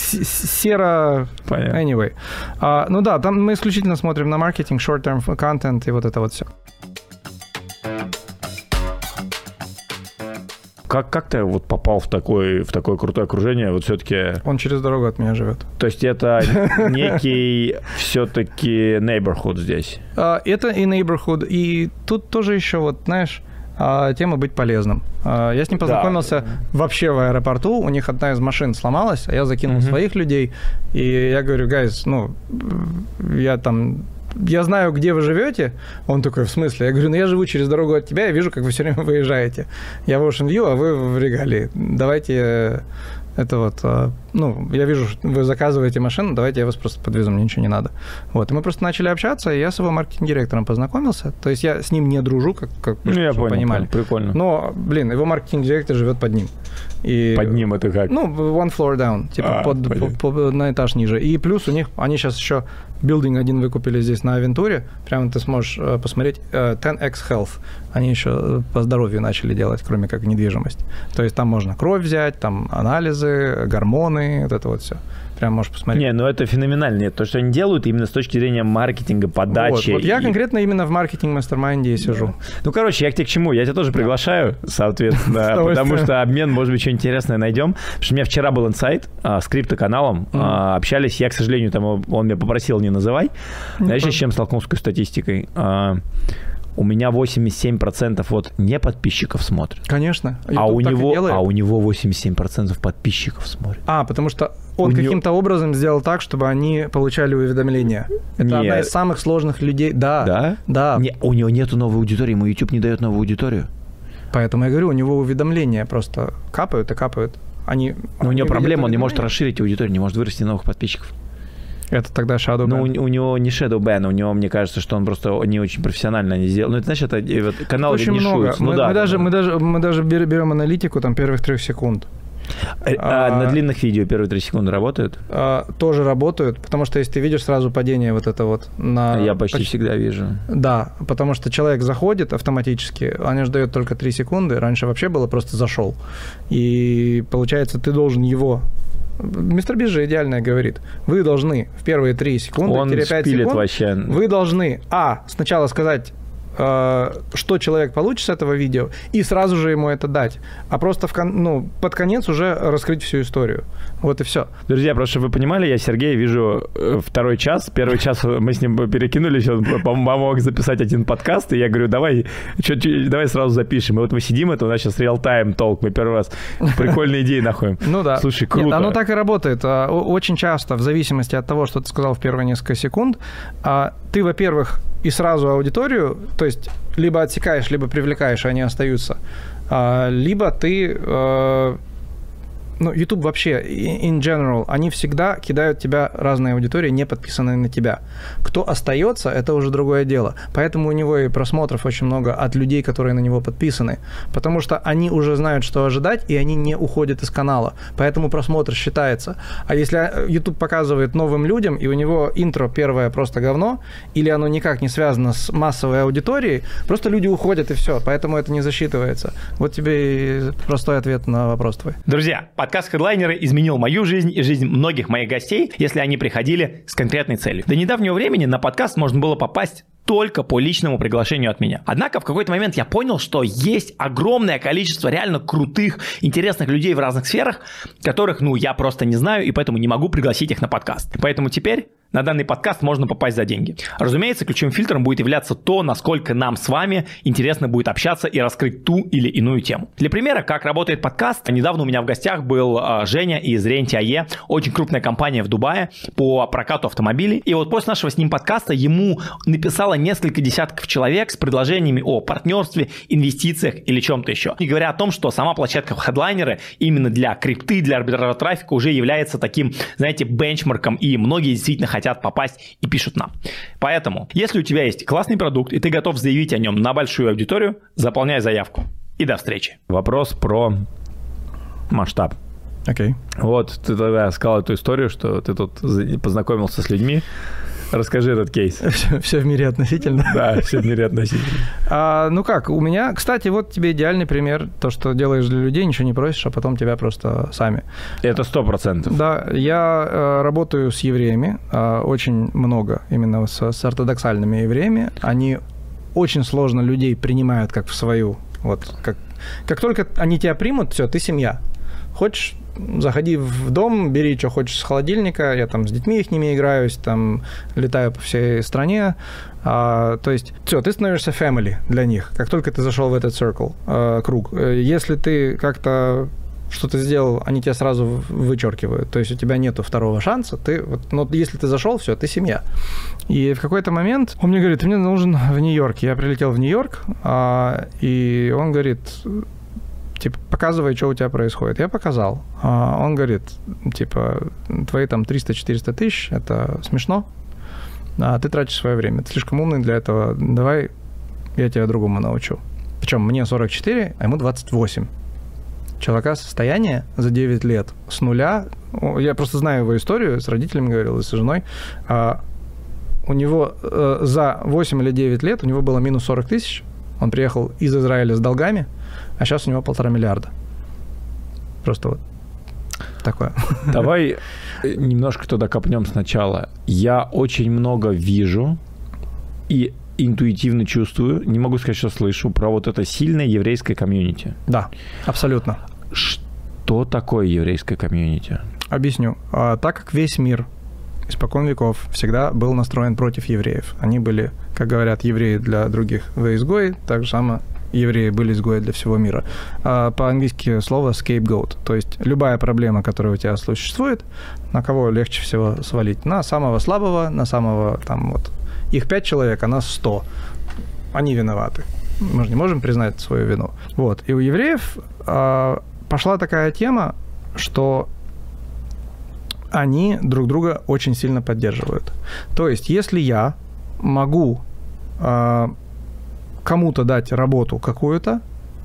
серо... Понятно. Anyway. А, ну да, там мы исключительно смотрим на маркетинг, short-term content и вот это вот все. Как, как ты вот попал в такое, в такое крутое окружение? Вот все-таки... Он через дорогу от меня живет. То есть это некий все-таки neighborhood здесь? Это и neighborhood, и тут тоже еще вот, знаешь, тема быть полезным. Я с ним познакомился да. вообще в аэропорту, у них одна из машин сломалась, а я закинул uh-huh. своих людей, и я говорю, guys, ну, я там... Я знаю, где вы живете. Он такой, в смысле? Я говорю, ну я живу через дорогу от тебя, я вижу, как вы все время выезжаете. Я в Ocean View, а вы в Регалии. Давайте это вот... Ну, я вижу, вы заказываете машину, давайте я вас просто подвезу, мне ничего не надо. Вот, и мы просто начали общаться, и я с его маркетинг-директором познакомился. То есть я с ним не дружу, как, как ну, вы я понял, понимали. Прикольно. Но, блин, его маркетинг-директор живет под ним. И, под ним это как? Ну, one floor down, типа а, под, по, по, на этаж ниже. И плюс у них, они сейчас еще билдинг один выкупили здесь на Авентуре, прямо ты сможешь uh, посмотреть, uh, ten x Health. Они еще по здоровью начали делать, кроме как недвижимость. То есть там можно кровь взять, там анализы, гормоны, стримы, вот это вот все. Прям можешь посмотреть. Не, ну это феноменально. Нет, то, что они делают именно с точки зрения маркетинга, подачи. Вот, вот я и... конкретно именно в маркетинг-мастермайнде сижу. Да. Ну, короче, я к тебе к чему? Я тебя тоже приглашаю, соответственно, потому что обмен, может быть, что интересное найдем. Потому что у меня вчера был инсайт с криптоканалом, общались. Я, к сожалению, там он меня попросил не называй. Знаешь, с чем столкнулся с статистикой? У меня восемьдесят семь процентов вот не подписчиков смотрят. Конечно. А у, него, а у него восемьдесят семь процентов подписчиков смотрят. А, потому что он у каким-то него... образом сделал так, чтобы они получали уведомления. Это Нет. одна из самых сложных людей. Да. Да? Да. Не, у него нету новой аудитории, ему YouTube не дает новую аудиторию. Поэтому я говорю, у него уведомления просто капают и капают. Они, Но у него проблема, он не может уведомления. расширить аудиторию, не может вырасти новых подписчиков. Это тогда Shadow Ban. Ну, у, у него не Shadow Ban, у него, мне кажется, что он просто не очень профессионально не сделал. Ну, это, знаешь, это вот, канал очень много. Ну, мы, да, мы, да, даже, да. мы, даже, мы даже берем аналитику там, первых трех секунд. А, а, на длинных видео первые три секунды работают? А, тоже работают, потому что если ты видишь сразу падение вот это вот на... Я почти, почти всегда вижу. Да, потому что человек заходит автоматически, они же дают только три секунды, раньше вообще было просто зашел. И получается, ты должен его... Мистер Бист же идеально говорит. Вы должны в первые три секунды, Он пять секунд, вообще. Вы должны, а, сначала сказать, э, что человек получит с этого видео, и сразу же ему это дать. А просто в кон- ну, под конец уже раскрыть всю историю. Вот и все. Друзья, просто чтобы вы понимали, я Сергея вижу второй час. Первый час мы с ним перекинулись, он помог записать один подкаст, и я говорю, давай, чё, давай сразу запишем. И вот мы сидим, это у нас сейчас реал-тайм толк, мы первый раз прикольные идеи находим. Ну да. Слушай, круто. Нет, оно так и работает. Очень часто, в зависимости от того, что ты сказал в первые несколько секунд, ты, во-первых, и сразу аудиторию, то есть либо отсекаешь, либо привлекаешь, и они остаются, либо ты... Ну, YouTube вообще, in general, они всегда кидают тебя, разные аудитории, не подписанные на тебя. Кто остается, это уже другое дело. Поэтому у него и просмотров очень много от людей, которые на него подписаны. Потому что они уже знают, что ожидать, и они не уходят из канала. Поэтому просмотр считается. А если YouTube показывает новым людям, и у него интро первое просто говно, или оно никак не связано с массовой аудиторией, просто люди уходят, и все. Поэтому это не засчитывается. Вот тебе и простой ответ на вопрос твой. Друзья, подкаст Headliner изменил мою жизнь и жизнь многих моих гостей, если они приходили с конкретной целью. До недавнего времени на подкаст можно было попасть только по личному приглашению от меня. Однако в какой-то момент я понял, что есть огромное количество реально крутых, интересных людей в разных сферах, которых, ну, я просто не знаю, и поэтому не могу пригласить их на подкаст. Поэтому теперь на данный подкаст можно попасть за деньги. Разумеется, ключевым фильтром будет являться то, насколько нам с вами интересно будет общаться и раскрыть ту или иную тему. Для примера, как работает подкаст, недавно у меня в гостях был э, Женя из Rent.ua, очень крупная компания в Дубае по прокату автомобилей. И вот после нашего с ним подкаста ему написало несколько десятков человек с предложениями о партнерстве, инвестициях или чем-то еще. Не говоря о том, что сама площадка Headliner именно для крипты, для арбитража трафика уже является таким, знаете, бенчмарком, и многие действительно хотят хотят попасть и пишут нам. Поэтому, если у тебя есть классный продукт, и ты готов заявить о нем на большую аудиторию, заполняй заявку. И до встречи. Вопрос про масштаб. Окей. Okay. Вот, ты тогда сказал эту историю, что ты тут познакомился с людьми. Расскажи этот кейс. Все, все в мире относительно. Да, все в мире относительно. А, ну как, у меня, кстати, вот тебе идеальный пример. То, что делаешь для людей, ничего не просишь, а потом тебя просто сами. Это сто процентов. Да, я э, работаю с евреями, э, очень много, именно с, с ортодоксальными евреями. Они очень сложно людей принимают как в свою. Вот, как, как только они тебя примут, все, ты семья. Хочешь, заходи в дом, бери, что хочешь с холодильника, я там с детьми их ними играюсь, там летаю по всей стране. А, то есть, все, ты становишься family для них, как только ты зашел в этот circle, а, круг. Если ты как-то что-то сделал, они тебя сразу вычеркивают. То есть у тебя нету второго шанса. Ты, вот, но если ты зашел, все, ты семья. И в какой-то момент он мне говорит, мне нужен в Нью-Йорк. Я прилетел в Нью-Йорк, а, и он говорит... Типа, показывай, что у тебя происходит. Я показал. А он говорит, типа, твои там триста-четыреста тысяч, это смешно, а ты тратишь свое время. Ты слишком умный для этого. Давай я тебя другому научу. Причем мне сорок четыре, а ему двадцать восемь. Чувака состояние за девять лет с нуля. Я просто знаю его историю, с родителями говорил, и с женой. А у него э, за восемь или девять лет у него было минус сорок тысяч. Он приехал из Израиля с долгами, а сейчас у него полтора миллиарда. Просто вот. такое. Давай немножко туда копнем сначала. Я очень много вижу и интуитивно чувствую, не могу сказать, что слышу, про вот это сильное еврейское комьюнити. Да, абсолютно. Что такое еврейское комьюнити? Объясню. А, так как весь мир испокон веков всегда был настроен против евреев. Они были, как говорят, евреи для других вы изгои, так же самое евреи были изгои для всего мира. А, по-английски слово scapegoat, то есть любая проблема, которая у тебя существует, на кого легче всего свалить? На самого слабого, на самого там вот. Их пять человек, а нас сто. Они виноваты. Мы же не можем признать свою вину. Вот. И у евреев а, пошла такая тема, что они друг друга очень сильно поддерживают. То есть, если я могу э, кому-то дать работу какую-то,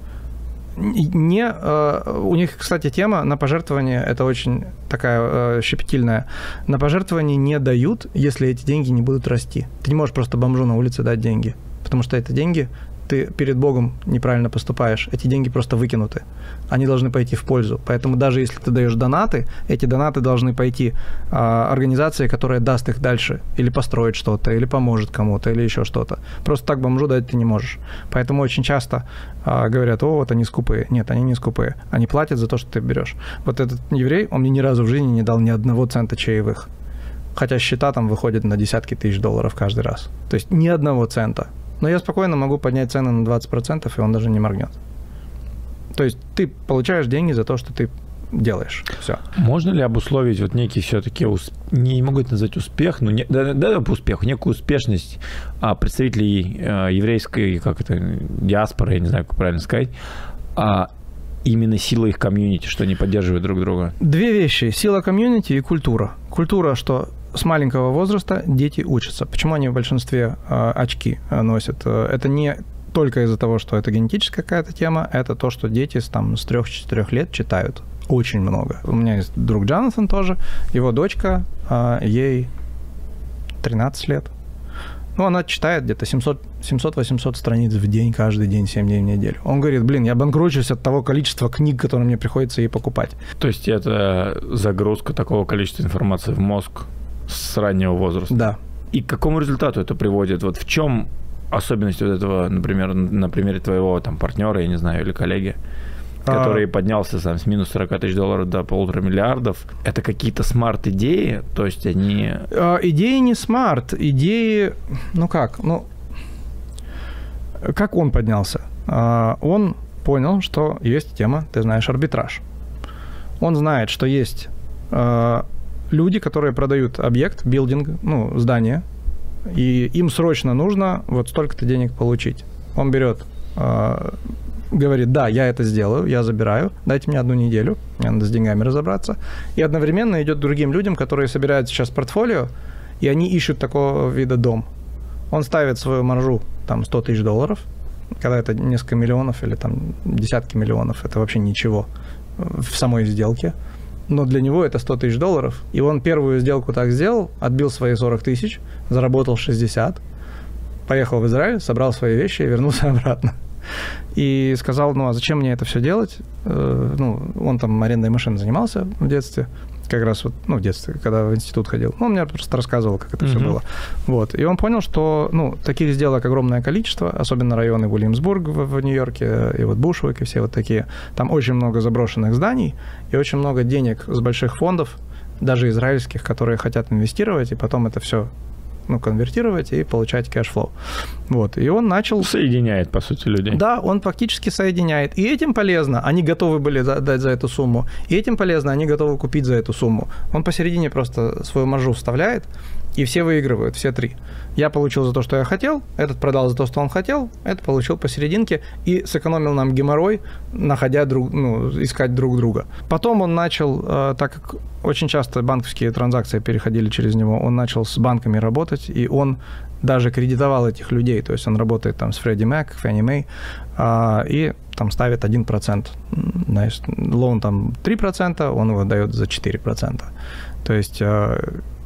не, э, у них, кстати, тема на пожертвование, это очень такая э, щепетильная, на пожертвование не дают, если эти деньги не будут расти. Ты не можешь просто бомжу на улице дать деньги, потому что это деньги, ты перед Богом неправильно поступаешь, эти деньги просто выкинуты. Они должны пойти в пользу. Поэтому даже если ты даешь донаты, эти донаты должны пойти а, организации, которая даст их дальше, или построит что-то, или поможет кому-то, или еще что-то. Просто так бомжу дать ты не можешь. Поэтому очень часто а, говорят, о, вот они скупые. Нет, они не скупые. Они платят за то, что ты берешь. Вот этот еврей, он мне ни разу в жизни не дал ни одного цента чаевых. Хотя счета там выходят на десятки тысяч долларов каждый раз. То есть ни одного цента. Но я спокойно могу поднять цены на двадцать процентов, и он даже не моргнет. То есть ты получаешь деньги за то, что ты делаешь. Все. Можно ли обусловить вот некий все-таки, усп... не могу это назвать успех, но не... да, да, по успеху, некую успешность а, представителей а, еврейской, как это, диаспоры, я не знаю, как правильно сказать, а именно сила их комьюнити, что они поддерживают друг друга? Две вещи. Сила комьюнити и культура. Культура, что с маленького возраста дети учатся. Почему они в большинстве э, очки носят? Это не только из-за того, что это генетическая какая-то тема, это то, что дети с, там, с трех-четырех лет читают. Очень много. У меня есть друг Джонатан тоже. Его дочка, э, ей тринадцать лет. Ну, она читает где-то семьсот-восемьсот страниц в день, каждый день, семь дней в неделю. Он говорит, блин, я банкрочусь от того количества книг, которые мне приходится ей покупать. То есть это загрузка такого количества информации в мозг с раннего возраста? Да. И к какому результату это приводит? Вот в чем особенность вот этого, например, на примере твоего там партнера, я не знаю, или коллеги, который а... поднялся там, с минус сорок тысяч долларов до полутора миллиардов? Это какие-то смарт-идеи? То есть они... А, идеи не смарт, идеи... Ну как? Ну, как он поднялся? А, он понял, что есть тема, ты знаешь, арбитраж. Он знает, что есть... А, люди, которые продают объект, билдинг, ну, здание, и им срочно нужно вот столько-то денег получить. Он берет, э, говорит, да, я это сделаю, я забираю, дайте мне одну неделю, мне надо с деньгами разобраться, и одновременно идет к другим людям, которые собирают сейчас портфолио, и они ищут такого вида дом. Он ставит свою маржу, там, сто тысяч долларов, когда это несколько миллионов или там десятки миллионов, это вообще ничего в самой сделке. Но для него это сто тысяч долларов. И он первую сделку так сделал, отбил свои сорок тысяч, заработал шестьдесят, поехал в Израиль, собрал свои вещи и вернулся обратно. И сказал, ну а зачем мне это все делать? Ну, он там арендой машин занимался в детстве, как раз вот, ну, в детстве, когда в институт ходил. Ну, он мне просто рассказывал, как это mm-hmm. все было. Вот. И он понял, что, ну, таких сделок огромное количество, особенно районы Уильямсбург в, в Нью-Йорке, и вот Бушвик, и все вот такие. Там очень много заброшенных зданий и очень много денег с больших фондов, даже израильских, которые хотят инвестировать, и потом это все, ну, конвертировать и получать кэшфлоу. Вот. И он начал... Соединяет, по сути, людей. Да, он фактически соединяет. И этим полезно, они готовы были дать за эту сумму, и этим полезно, они готовы купить за эту сумму. Он посередине просто свою маржу вставляет, и все выигрывают, все три. Я получил за то, что я хотел, этот продал за то, что он хотел, этот получил посерединке и сэкономил нам геморрой, находя друг, ну, искать друг друга. Потом он начал, э, так как очень часто банковские транзакции переходили через него, он начал с банками работать, и он даже кредитовал этих людей, то есть он работает там с Freddie Mac, Fannie Mae, э, и там ставит один процент. Знаешь, лоун там три процента, он его дает за четыре процента. То есть... Э,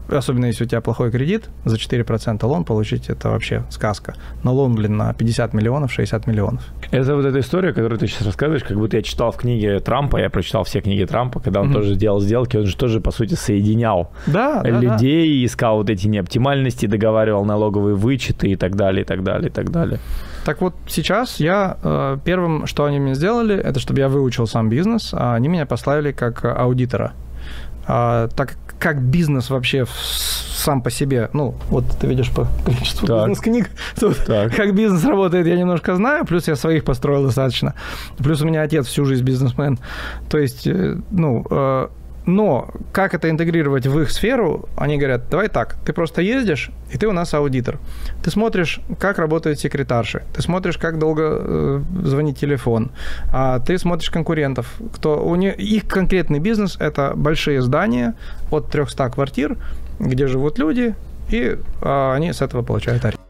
особенно если у тебя плохой кредит, за четыре процента лон получить – это вообще сказка. Но лон, блин, на пятьдесят миллионов, шестьдесят миллионов. Это вот эта история, которую ты сейчас рассказываешь, как будто я читал в книге Трампа, я прочитал все книги Трампа, когда он mm-hmm. тоже делал сделки, он же тоже, по сути, соединял да, людей, да, да. искал вот эти неоптимальности, договаривал налоговые вычеты и так далее, и так далее, и так далее. Так вот, сейчас я, э, первым, что они мне сделали, это чтобы я выучил сам бизнес, а они меня поставили как аудитора. А, так как бизнес вообще сам по себе, ну, вот ты видишь по количеству так. бизнес-книг, тут так. как бизнес работает, я немножко знаю, плюс я своих построил достаточно, плюс у меня отец всю жизнь бизнесмен, то есть, ну, э, но как это интегрировать в их сферу, они говорят, давай так, ты просто ездишь, и ты у нас аудитор. Ты смотришь, как работают секретарши, ты смотришь, как долго э, звонит телефон, а ты смотришь конкурентов. Кто, у них, их конкретный бизнес – это большие здания от трехсот квартир, где живут люди, и э, они с этого получают аренду.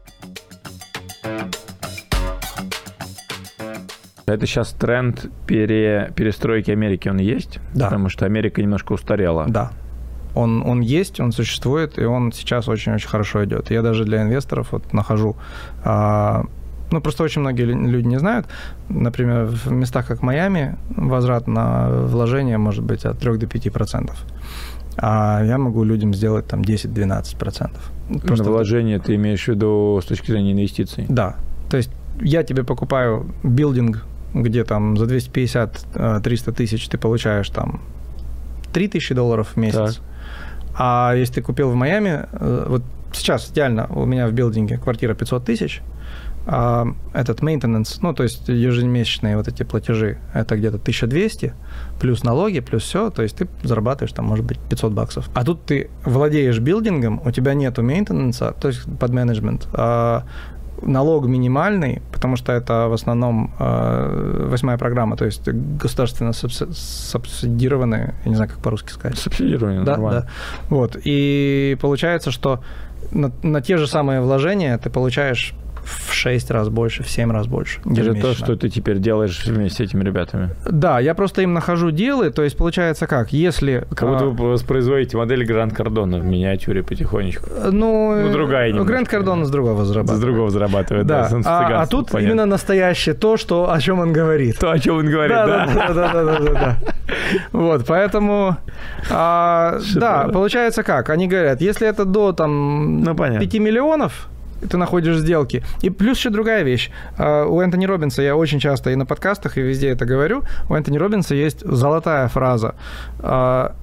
Это сейчас тренд пере, перестройки Америки, он есть? Да. Потому что Америка немножко устарела. Да. Он, он есть, он существует, и он сейчас очень-очень хорошо идет. Я даже для инвесторов вот нахожу... А, ну, просто очень многие люди не знают. Например, в местах, как Майами, возврат на вложение может быть от трёх до пяти процентов. А я могу людям сделать там десять-двенадцать процентов. Просто на вложение ты имеешь в виду с точки зрения инвестиций? Да. То есть я тебе покупаю билдинг, где там за двести пятьдесят - триста тысяч ты получаешь там три тысячи долларов в месяц. Так. А если ты купил в Майами, вот сейчас идеально, у меня в билдинге квартира пятьсот тысяч, а этот maintenance, ну, то есть ежемесячные вот эти платежи, это где-то тысяча двести, плюс налоги, плюс все, то есть ты зарабатываешь там, может быть, пятьсот баксов. А тут ты владеешь билдингом, у тебя нету maintenance, то есть под менеджмент, а налог минимальный, потому что это в основном э, восьмая программа, то есть государственно субсидированные, я не знаю, как по-русски сказать. Субсидирование, да, нормально. Да. Вот. И получается, что на, на те же самые вложения ты получаешь в шесть раз больше, в семь раз больше. Это то, что ты теперь делаешь вместе с этими ребятами. Да, я просто им нахожу делы, то есть получается как, если... Как будто вы воспроизводите модель Гранд Кардона в миниатюре потихонечку. Ну, ну другая немножко. Гранд Кардон с другого зарабатывает. С другого зарабатывает, да. да. А, а тут понятно. Именно настоящее то, что, о чем он говорит. То, о чем он говорит, да. Да, да, да, да, да, да. Вот, поэтому, а, да, получается как, они говорят, если это до там ну, пяти миллионов, ты находишь сделки. И плюс еще другая вещь. У Энтони Роббинса, я очень часто и на подкастах, и везде это говорю, у Энтони Роббинса есть золотая фраза. Proximity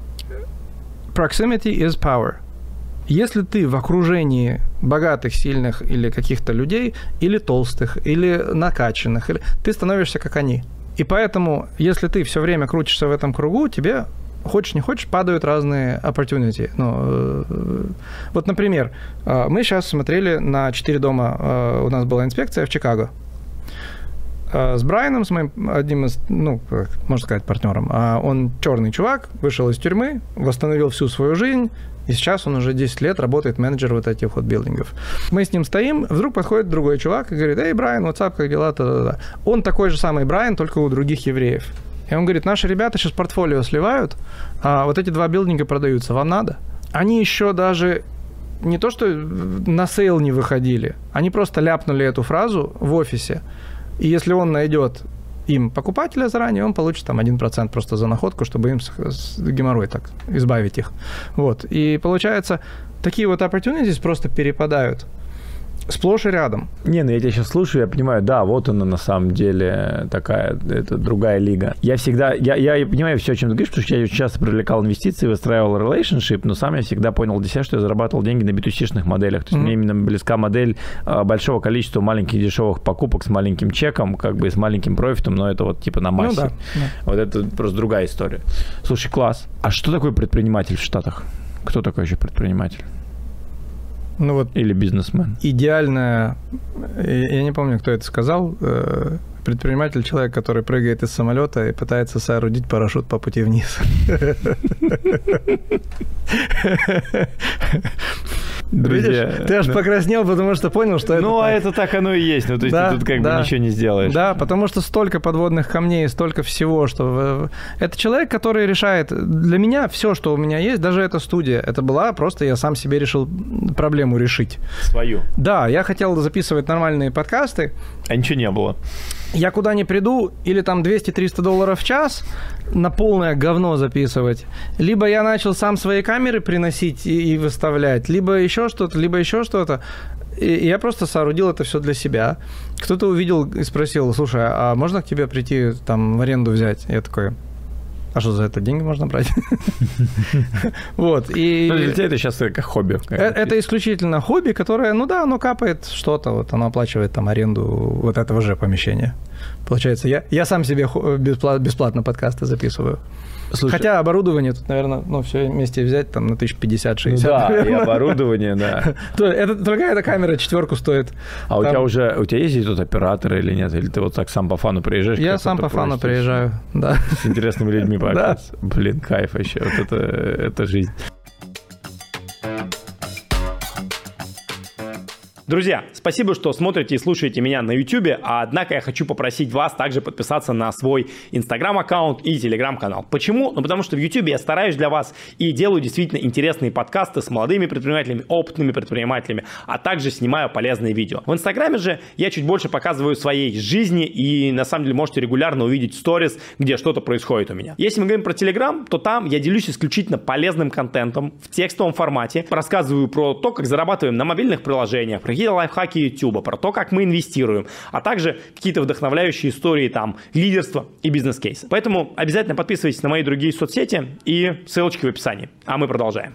is power. Если ты в окружении богатых, сильных или каких-то людей, или толстых, или накачанных, или... ты становишься как они. И поэтому, если ты все время крутишься в этом кругу, тебе... Хочешь, не хочешь, падают разные opportunity. Ну, вот, например, мы сейчас смотрели на четыре дома, у нас была инспекция в Чикаго. С Брайаном, с моим одним из, ну, можно сказать, партнером. Он черный чувак, вышел из тюрьмы, восстановил всю свою жизнь, и сейчас он уже десять лет работает менеджер вот этих вот билдингов. Мы с ним стоим, вдруг подходит другой чувак и говорит: «Эй, Брайан, what's up, как дела?» Та-та-та. Он такой же самый Брайан, только у других евреев. И он говорит: наши ребята сейчас портфолио сливают, а вот эти два билдинга продаются, вам надо? Они еще даже не то, что на сейл не выходили, они просто ляпнули эту фразу в офисе. И если он найдет им покупателя заранее, он получит там один процент просто за находку, чтобы им геморрой так избавить их. Вот. И получается, такие вот opportunities просто перепадают. Сплошь и рядом. Не, ну я тебя сейчас слушаю, я понимаю, да, вот она на самом деле такая, это другая лига. Я всегда, я, я понимаю все, о чем ты говоришь, потому что я очень часто привлекал инвестиции, выстраивал relationship, но сам я всегда понял для себя, что я зарабатывал деньги на би ту си-шных моделях. То есть mm-hmm. мне именно близка модель а, большого количества маленьких дешевых покупок с маленьким чеком, как бы с маленьким профитом, но это вот типа на массе. Ну, да, да. Вот это просто другая история. Слушай, класс. А что такое предприниматель в Штатах? Кто такой еще предприниматель? Ну вот или бизнесмен. Идеальная, я не помню, кто это сказал, предприниматель — человек, который прыгает из самолета и пытается соорудить парашют по пути вниз. Друзья, видишь, ты аж да. покраснел, потому что понял, что это Ну, так. а это так оно и есть. Ну, то есть Да, ты тут как да. бы ничего не сделаешь. Да, потому что столько подводных камней, столько всего, что... Это человек, который решает... Для меня все, что у меня есть, даже эта студия, это была просто я сам себе решил проблему решить. Свою. Да, я хотел записывать нормальные подкасты. А ничего не было. Я куда ни приду, или там двести-триста долларов в час на полное говно записывать, либо я начал сам свои камеры приносить и, и выставлять, либо еще что-то, либо еще что-то. И я просто соорудил это все для себя. Кто-то увидел и спросил: слушай, а можно к тебе прийти там в аренду взять? Я такой: а что за это деньги можно брать? Вот. И Ну, для тебя это сейчас как хобби. это исключительно хобби, которое, ну да, оно капает что-то, вот оно оплачивает там аренду вот этого же помещения. Получается, я, я сам себе бесплатно, бесплатно подкасты записываю. Слушай, Хотя оборудование тут, наверное, ну, все вместе взять там на тысяч пятьдесят-шестьдесят. да, и наверное. оборудование, да. То- это, другая эта камера четверку стоит. А у Там- тебя уже, у тебя есть здесь тут операторы или нет? Или ты вот так сам по фану приезжаешь? Я как-то сам по фану просишь? приезжаю, да. С интересными людьми пообщаться. Блин, кайф вообще. Вот это, это жизнь. Друзья, спасибо, что смотрите и слушаете меня на YouTube, а однако я хочу попросить вас также подписаться на свой Instagram-аккаунт и Telegram-канал. Почему? Ну, потому что в YouTube я стараюсь для вас и делаю действительно интересные подкасты с молодыми предпринимателями, опытными предпринимателями, а также снимаю полезные видео. В Инстаграме же я чуть больше показываю своей жизни, и на самом деле можете регулярно увидеть сторис, где что-то происходит у меня. Если мы говорим про Telegram, то там я делюсь исключительно полезным контентом в текстовом формате, рассказываю про то, как зарабатываем на мобильных приложениях, про какие-то лайфхаки YouTube, про то, как мы инвестируем, а также какие-то вдохновляющие истории там лидерства и бизнес-кейсы. Поэтому обязательно подписывайтесь на мои другие соцсети и ссылочки в описании. А мы продолжаем.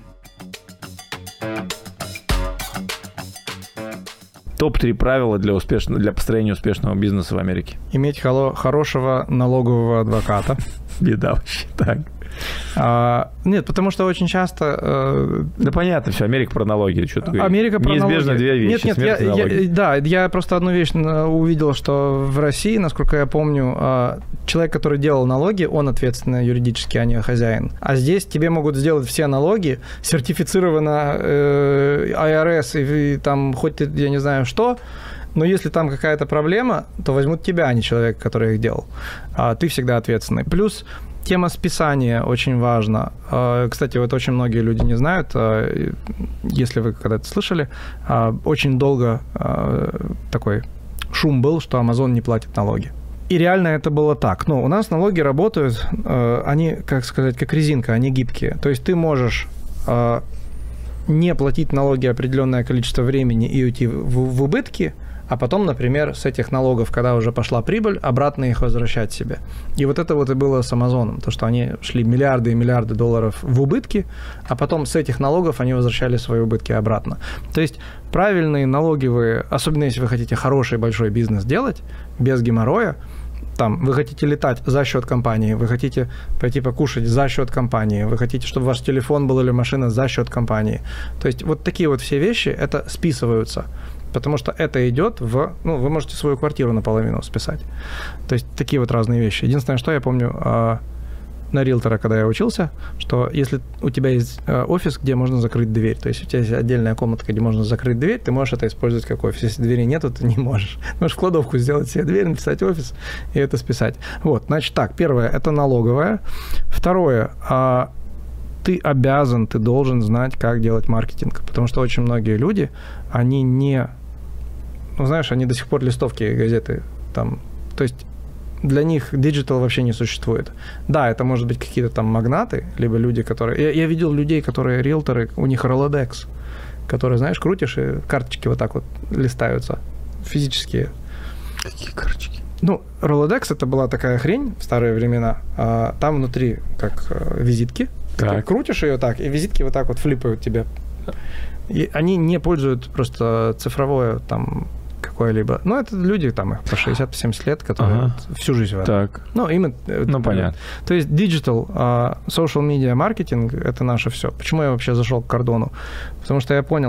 топ три правила для, успешного, для построения успешного бизнеса в Америке. Иметь холо- хорошего налогового адвоката. Беда вообще, так. А, нет, потому что очень часто... Э, да понятно, все, Америка про налоги. Что ты Америка про Неизбежно налоги. две вещи, Нет, нет, смерть и я, налоги. я, да, я просто одну вещь увидел, что в России, насколько я помню, э, человек, который делал налоги, он ответственный юридически, а не хозяин. А здесь тебе могут сделать все налоги, сертифицировано э, ай ар эс, и, и там хоть ты, я не знаю что, но если там какая-то проблема, то возьмут тебя, а не человека, который их делал. А ты всегда ответственный. Плюс тема списания очень важна. Кстати, вот очень многие люди не знают, если вы когда-то слышали, очень долго такой шум был, что Amazon не платит налоги. И реально это было так. Но у нас налоги работают, они, как сказать, как резинка, они гибкие. То есть ты можешь не платить налоги определенное количество времени и уйти в, в убытки, а потом, например, с этих налогов, когда уже пошла прибыль, обратно их возвращать себе. И вот это вот и было с Амазоном, то, что они шли миллиарды и миллиарды долларов в убытки, а потом с этих налогов они возвращали свои убытки обратно. То есть правильные налоговые, особенно если вы хотите хороший большой бизнес делать, без геморроя, там, вы хотите летать за счет компании, вы хотите пойти покушать за счет компании, вы хотите, чтобы ваш телефон был или машина за счет компании. То есть вот такие вот все вещи, это списываются, потому что это идет в... Ну, вы можете свою квартиру наполовину списать. То есть такие вот разные вещи. Единственное, что я помню на риэлтора, когда я учился, что если у тебя есть офис, где можно закрыть дверь, то есть у тебя есть отдельная комнатка, где можно закрыть дверь, ты можешь это использовать как офис. Если двери нету, ты не можешь. Ты можешь в кладовку сделать себе дверь, написать офис и это списать. Вот, значит так, первое, это налоговое. Второе, ты обязан, ты должен знать, как делать маркетинг, потому что очень многие люди, они не... Ну, знаешь, они до сих пор листовки газеты там... То есть для них диджитал вообще не существует. Да, это может быть какие-то там магнаты, либо люди, которые... Я, я видел людей, которые риэлторы, у них Rolodex, которые, знаешь, крутишь, и карточки вот так вот листаются, физические. Какие карточки? Ну, Rolodex это была такая хрень в старые времена. А там внутри как визитки. Ты крутишь ее так, и визитки вот так вот флипают тебе. И они не пользуют просто цифровое там какое-либо. Ну, это люди там по шестьдесят-семьдесят лет, которые ага. вот всю жизнь в этом. Так. Ну, им... Ну, понятно. То есть digital, social media маркетинг – это наше все. Почему я вообще зашел к Кордону? Потому что я понял,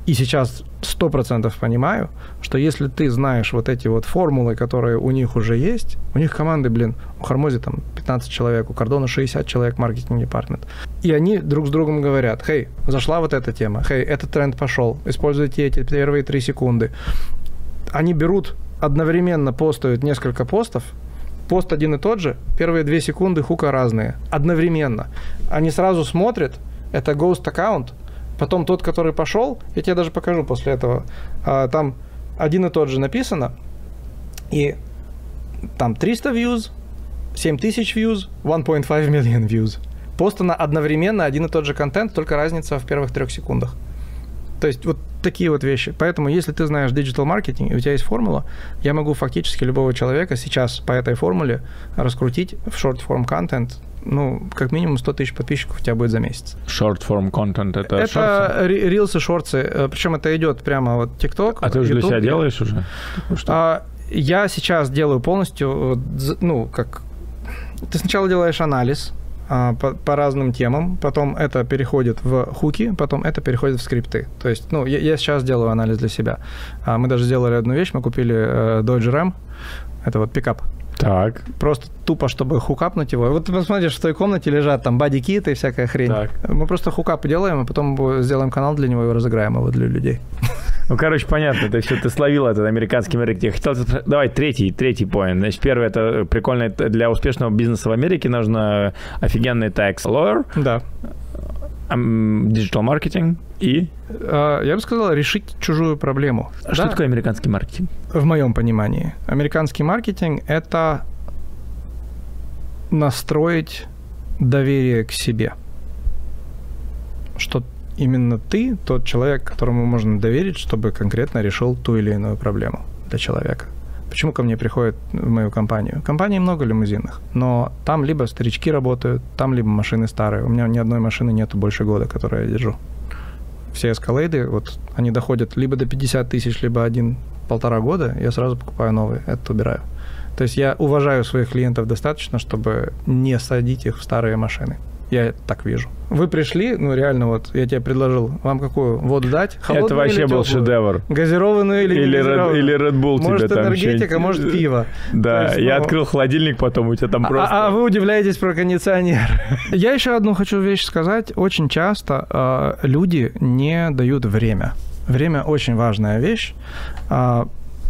и сейчас сто процентов понимаю, что если ты знаешь вот эти вот формулы, которые у них уже есть, у них команды, блин, у Хормози там пятнадцать человек, у Cardano шестьдесят человек маркетинг-департмент, и они друг с другом говорят: хей, зашла вот эта тема, хей, этот тренд пошел, используйте эти первые три секунды. Они берут, одновременно постают несколько постов, пост один и тот же, первые две секунды хука разные, одновременно. Они сразу смотрят, это ghost аккаунт, потом тот, который пошел, я тебе даже покажу после этого, там один и тот же написано, и там триста views, семь тысяч views, один целых пять миллион views. Постано одновременно один и тот же контент, только разница в первых трех секундах. То есть вот такие вот вещи. Поэтому, если ты знаешь диджитал-маркетинг, и у тебя есть формула, я могу фактически любого человека сейчас по этой формуле раскрутить в шорт-форм контент. Ну, как минимум сто тысяч подписчиков у тебя будет за месяц. Short-form content — это Это рилсы, шорты. Причем это идет прямо вот TikTok. А ты уже YouTube, для себя делаешь уже? А, я сейчас делаю полностью, ну, как... Ты сначала делаешь анализ а, по, по разным темам, потом это переходит в хуки, потом это переходит в скрипты. То есть, ну, я, я сейчас делаю анализ для себя. А, мы даже сделали одну вещь, мы купили э, Dodge Ram, это вот пикап. Так. Просто тупо, чтобы хукапнуть его. Вот ты посмотришь, в той комнате лежат там бади-киты и всякая хрень. Так. Мы просто хукап делаем, а потом сделаем канал для него и разыграем его для людей. Ну, короче, понятно, это все ты словил этот американский рынок. Я хотел... Давай, третий, третий поинт. Значит, первый, это прикольно, для успешного бизнеса в Америке нужно офигенный tax lawyer. Да. Digital маркетинг и... Я бы сказал, решить чужую проблему. Что да? такое американский маркетинг? В моем понимании. Американский маркетинг – это настроить доверие к себе. Что именно ты тот человек, которому можно доверить, чтобы конкретно решил ту или иную проблему для человека. Почему ко мне приходят в мою компанию? В компании много лимузинных, но там либо старички работают, там либо машины старые. У меня ни одной машины нету больше года, которую я держу. Все эскалейды, вот они доходят либо до пятьдесят тысяч, либо один-полтора года, я сразу покупаю новые, это убираю. То есть я уважаю своих клиентов достаточно, чтобы не садить их в старые машины. Я так вижу. Вы пришли, ну реально вот, я тебе предложил, вам какую воду дать? Холодную это вообще был шедевр. Газированную или или не газированную? Или Red Bull тебе может, там энергетика, что-нибудь. может, пиво. Да, есть, я ну... открыл холодильник потом, у тебя там просто... А, а вы удивляетесь про кондиционер. Я еще одну хочу вещь сказать. Очень часто э, люди не дают время. Время очень важная вещь. Э,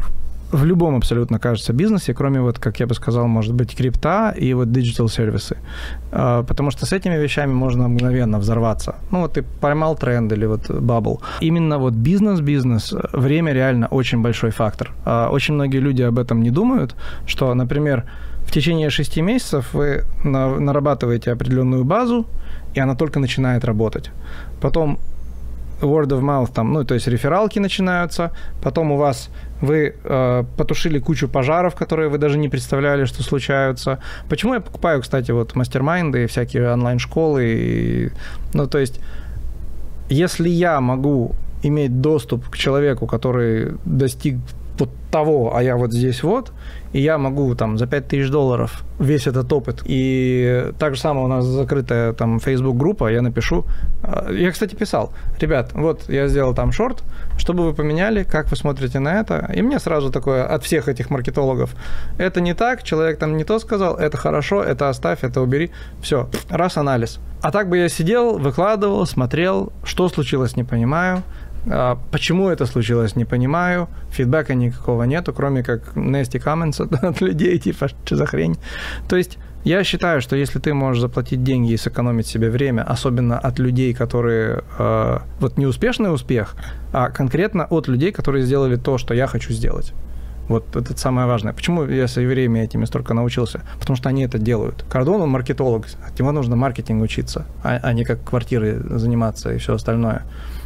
в любом абсолютно, кажется, бизнесе, кроме, вот, как я бы сказал, может быть, крипта и вот диджитал-сервисы. Потому что с этими вещами можно мгновенно взорваться. Ну, вот ты поймал тренд или вот бабл. Именно вот бизнес-бизнес, время реально очень большой фактор. Очень многие люди об этом не думают, что, например, в течение шести месяцев вы нарабатываете определенную базу, и она только начинает работать. Потом word of mouth, там, ну, то есть рефералки начинаются, потом у вас вы э, потушили кучу пожаров, которые вы даже не представляли, что случаются. Почему я покупаю, кстати, вот мастер-майнды и всякие онлайн-школы? И, ну, то есть, если я могу иметь доступ к человеку, который достиг вот того, а я вот здесь вот, и я могу там за пять тысяч долларов весь этот опыт. И так же самое у нас закрытая там Facebook-группа, я напишу. Я, кстати, писал: ребят, вот я сделал там шорт, чтобы вы поменяли, как вы смотрите на это. И мне сразу такое от всех этих маркетологов: это не так, человек там не то сказал, это хорошо, это оставь, это убери. Все, раз анализ. А так бы я сидел, выкладывал, смотрел, что случилось, не понимаю. Почему это случилось, не понимаю. Фидбэка никакого нету, кроме как nasty comments от, от людей, типа, что за хрень. То есть я считаю, что если ты можешь заплатить деньги и сэкономить себе время, особенно от людей, которые... Э, вот не успешный успех, а конкретно от людей, которые сделали то, что я хочу сделать. Вот это самое важное. Почему я с евреями этими столько научился? Потому что они это делают. Cardano маркетолог, от него нужно маркетинг учиться, а, а не как квартиры заниматься и все остальное.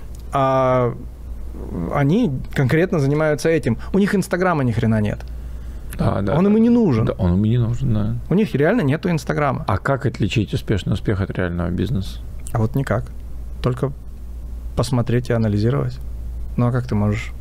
А они конкретно занимаются этим. У них Инстаграма ни хрена нет. Да, да, он да. им и не нужен. Да, он им и не нужен, да. У них реально нету Инстаграма. А как отличить успешный успех от реального бизнеса? А вот никак. Только посмотреть и анализировать. Ну а как ты можешь?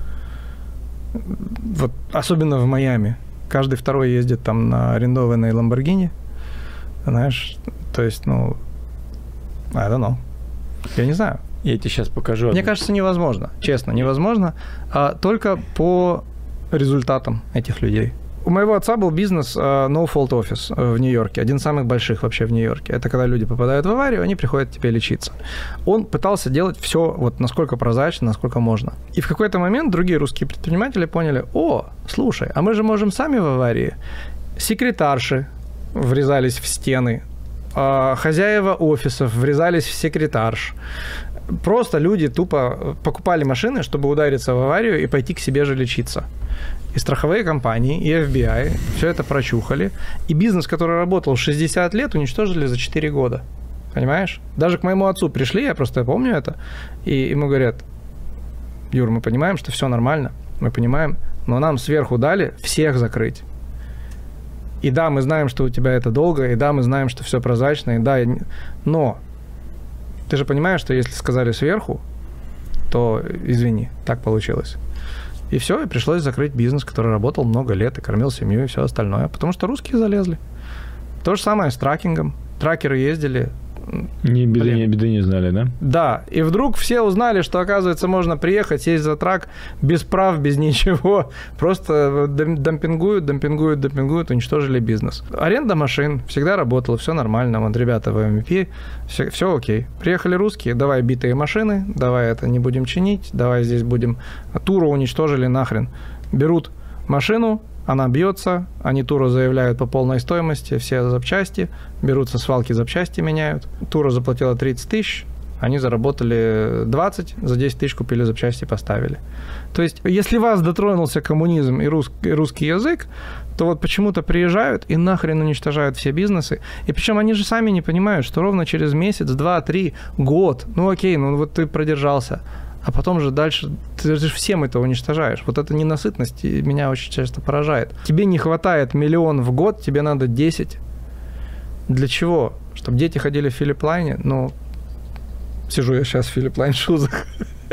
Вот особенно в Майами. Каждый второй ездит там на арендованной Lamborghini. Знаешь, то есть, ну, I don't know. Я не знаю. Я тебе сейчас покажу. Мне кажется, невозможно. Честно, невозможно. А только по результатам этих людей. У моего отца был бизнес uh, No Fault Office в Нью-Йорке, один из самых больших вообще в Нью-Йорке. Это когда люди попадают в аварию, они приходят к тебе лечиться. Он пытался делать все вот насколько прозрачно, насколько можно. И в какой-то момент другие русские предприниматели поняли: о, слушай, а мы же можем сами в аварии. Секретарши врезались в стены, uh, хозяева офисов врезались в секретарш. Просто люди тупо покупали машины, чтобы удариться в аварию и пойти к себе же лечиться. И страховые компании, и эф би ай все это прочухали. И бизнес, который работал шестьдесят лет, уничтожили за четыре года. Понимаешь? Даже к моему отцу пришли, я просто помню это, и ему говорят: Юр, мы понимаем, что все нормально, мы понимаем, но нам сверху дали всех закрыть. И да, мы знаем, что у тебя это долго, и да, мы знаем, что все прозрачно, и да, но ты же понимаешь, что если сказали сверху, то извини, так получилось. И все, и пришлось закрыть бизнес, который работал много лет и кормил семью и все остальное, потому что русские залезли. То же самое с тракингом. Тракеры ездили. Ни беды, ни беды не знали, да? Да, и вдруг все узнали, что, оказывается, можно приехать, сесть за трак без прав, без ничего. Просто дампингуют, дампингуют, дампингуют, уничтожили бизнес. Аренда машин всегда работала, все нормально. Вот ребята в эм ви пи, все, все окей. Приехали русские, давай битые машины, давай это не будем чинить, давай здесь будем... Туру уничтожили нахрен. Берут машину, она бьется, они Туру заявляют по полной стоимости, все запчасти, берутся свалки, запчасти меняют. Тура заплатила тридцать тысяч, они заработали двадцать, за десять тысяч купили запчасти, поставили. То есть, если вас дотронулся коммунизм и, рус, и русский язык, то вот почему-то приезжают и нахрен уничтожают все бизнесы. И причем они же сами не понимают, что ровно через месяц, два, три, год, ну окей, ну вот ты продержался, а потом же дальше, ты же всем это уничтожаешь. Вот эта ненасытность меня очень часто поражает. Тебе не хватает миллион в год, тебе надо десять. Для чего? Чтобы дети ходили в Филипп Лайне? Ну, сижу я сейчас в Филипп Лайн шузах.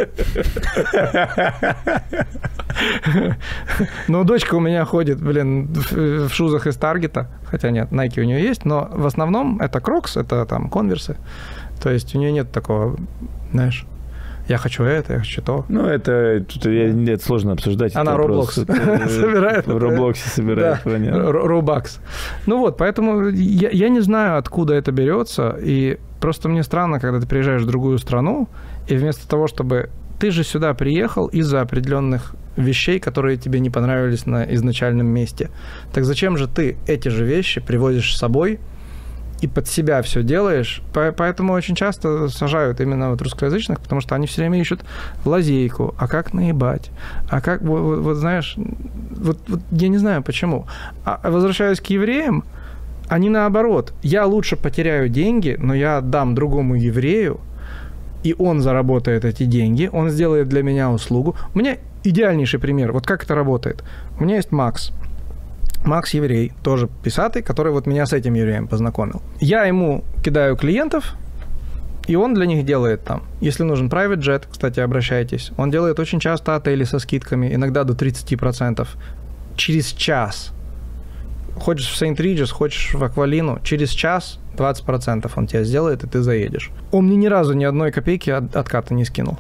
Ну, дочка у меня ходит, блин, в шузах из Таргета. Хотя нет, Nike у нее есть, но в основном это Крокс, это там конверсы. То есть у нее нет такого, знаешь... Я хочу это, я хочу то. Ну, это, тут, это сложно обсуждать. Она Roblox собирает. В Роблоксе собирает. Robux. Ну вот, поэтому я, я не знаю, откуда это берется. И просто мне странно, когда ты приезжаешь в другую страну, и вместо того, чтобы... Ты же сюда приехал из-за определенных вещей, которые тебе не понравились на изначальном месте. Так зачем же ты эти же вещи привозишь с собой и под себя все делаешь? Поэтому очень часто сажают именно вот русскоязычных, потому что они все время ищут лазейку. А как наебать? А как, вот, вот знаешь, вот, вот я не знаю почему. А возвращаясь к евреям, они наоборот. Я лучше потеряю деньги, но я отдам другому еврею, и он заработает эти деньги, он сделает для меня услугу. У меня идеальнейший пример. Вот как это работает. У меня есть Макс. Макс еврей, тоже писатый, который вот меня с этим евреем познакомил. Я ему кидаю клиентов, и он для них делает там. Если нужен private jet, кстати, обращайтесь. Он делает очень часто отели со скидками, иногда до тридцать процентов. Через час. Хочешь в Сент-Риджес, хочешь в Аквалину, через час двадцать процентов он тебе сделает, и ты заедешь. Он мне ни разу ни одной копейки от отката не скинул.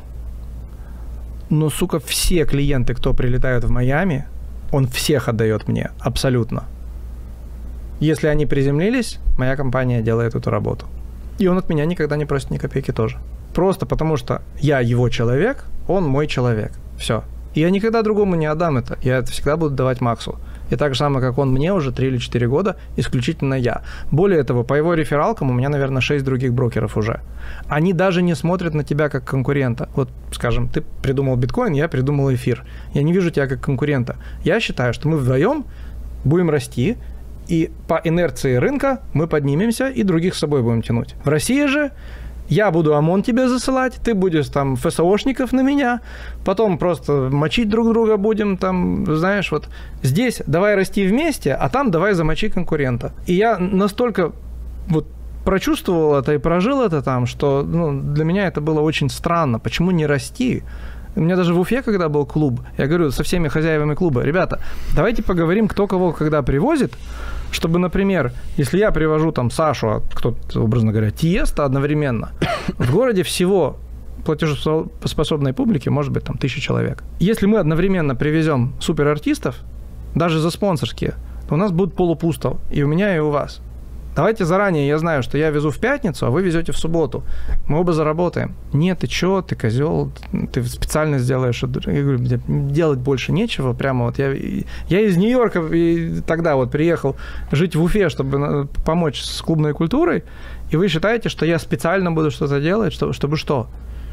Но, сука, все клиенты, кто прилетают в Майами, он всех отдает мне, абсолютно. Если они приземлились, моя компания делает эту работу. И он от меня никогда не просит ни копейки тоже. Просто потому что я его человек, он мой человек. Все. И я никогда другому не отдам это. Я это всегда буду давать Максу. И так же самое, как он мне уже три или четыре года, исключительно я. Более того, по его рефералкам у меня, наверное, шесть других брокеров уже. Они даже не смотрят на тебя как конкурента. Вот, скажем, ты придумал биткоин, я придумал эфир. Я не вижу тебя как конкурента. Я считаю, что мы вдвоем будем расти, и по инерции рынка мы поднимемся и других с собой будем тянуть. В России же я буду ОМОН тебе засылать, ты будешь там эф эс о-шников на меня, потом просто мочить друг друга будем, там, знаешь, вот здесь давай расти вместе, а там давай замочи конкурента. И я настолько вот прочувствовал это и прожил это там, что ну, для меня это было очень странно. Почему не расти? У меня даже в Уфе, когда был клуб, я говорю со всеми хозяевами клуба: ребята, давайте поговорим, кто кого когда привозит, чтобы, например, если я привожу там Сашу, а кто-то, образно говоря, Тиеста одновременно, в городе всего платежеспособной публики может быть там тысяча человек. Если мы одновременно привезем суперартистов, даже за спонсорские, то у нас будет полупусто и у меня, и у вас. Давайте заранее, я знаю, что я везу в пятницу, а вы везете в субботу. Мы оба заработаем. Нет, ты чё, ты козел, ты специально сделаешь. Я говорю, делать больше нечего. Прямо вот я, я из Нью-Йорка и тогда вот приехал жить в Уфе, чтобы помочь с клубной культурой, и вы считаете, что я специально буду что-то делать, чтобы, чтобы что?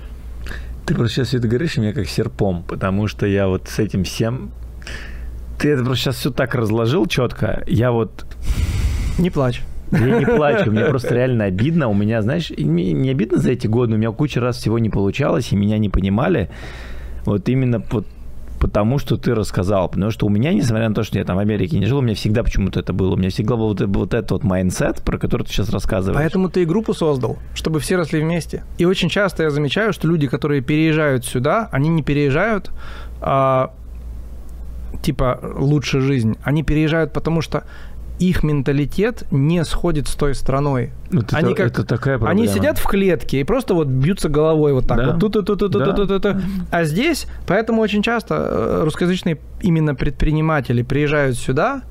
Ты просто сейчас все это говоришь, и меня как серпом, потому что я вот с этим всем... Ты это просто сейчас все так разложил четко, я вот... Не плачь. Я не плачу, мне просто реально обидно. У меня, знаешь, не обидно за эти годы, у меня куча раз всего не получалось, и меня не понимали. Вот именно вот потому, что ты рассказал. Потому что у меня, несмотря на то, что я там в Америке не жил, у меня всегда почему-то это было. У меня всегда был вот, вот этот вот майндсет, про который ты сейчас рассказываешь. Поэтому ты и группу создал, чтобы все росли вместе. И очень часто я замечаю, что люди, которые переезжают сюда, они не переезжают, а, типа, лучше жизнь. Они переезжают, потому что их менталитет не сходит с той страной. Это, они, как, это такая проблема. Они сидят в клетке и просто вот бьются головой вот так да. вот. Ту-ту-ту-ту-ту-ту-ту-ту. А здесь, поэтому очень часто русскоязычные именно предприниматели приезжают сюда,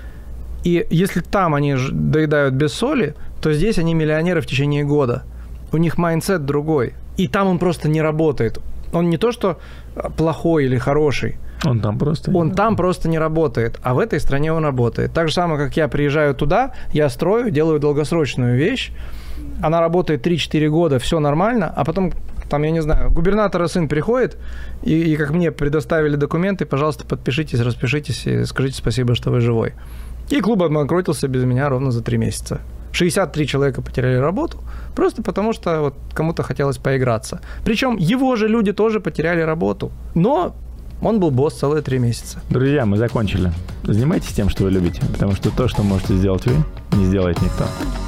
и если там они доедают без соли, то здесь они миллионеры в течение года. У них майндсет другой. И там он просто не работает. Он не то, что плохой или хороший. Он там просто... Он там просто не работает, а в этой стране он работает. Так же самое, как я приезжаю туда, я строю, делаю долгосрочную вещь, она работает три-четыре года, все нормально, а потом, там, я не знаю, губернатора сын приходит, и, и как мне предоставили документы, пожалуйста, подпишитесь, распишитесь и скажите спасибо, что вы живой. И клуб обанкротился без меня ровно за три месяца. шестьдесят три человека потеряли работу, просто потому что вот кому-то хотелось поиграться. Причем его же люди тоже потеряли работу, но... Он был босс целые три месяца. Друзья, мы закончили. Занимайтесь тем, что вы любите, потому что то, что можете сделать вы, не сделает никто.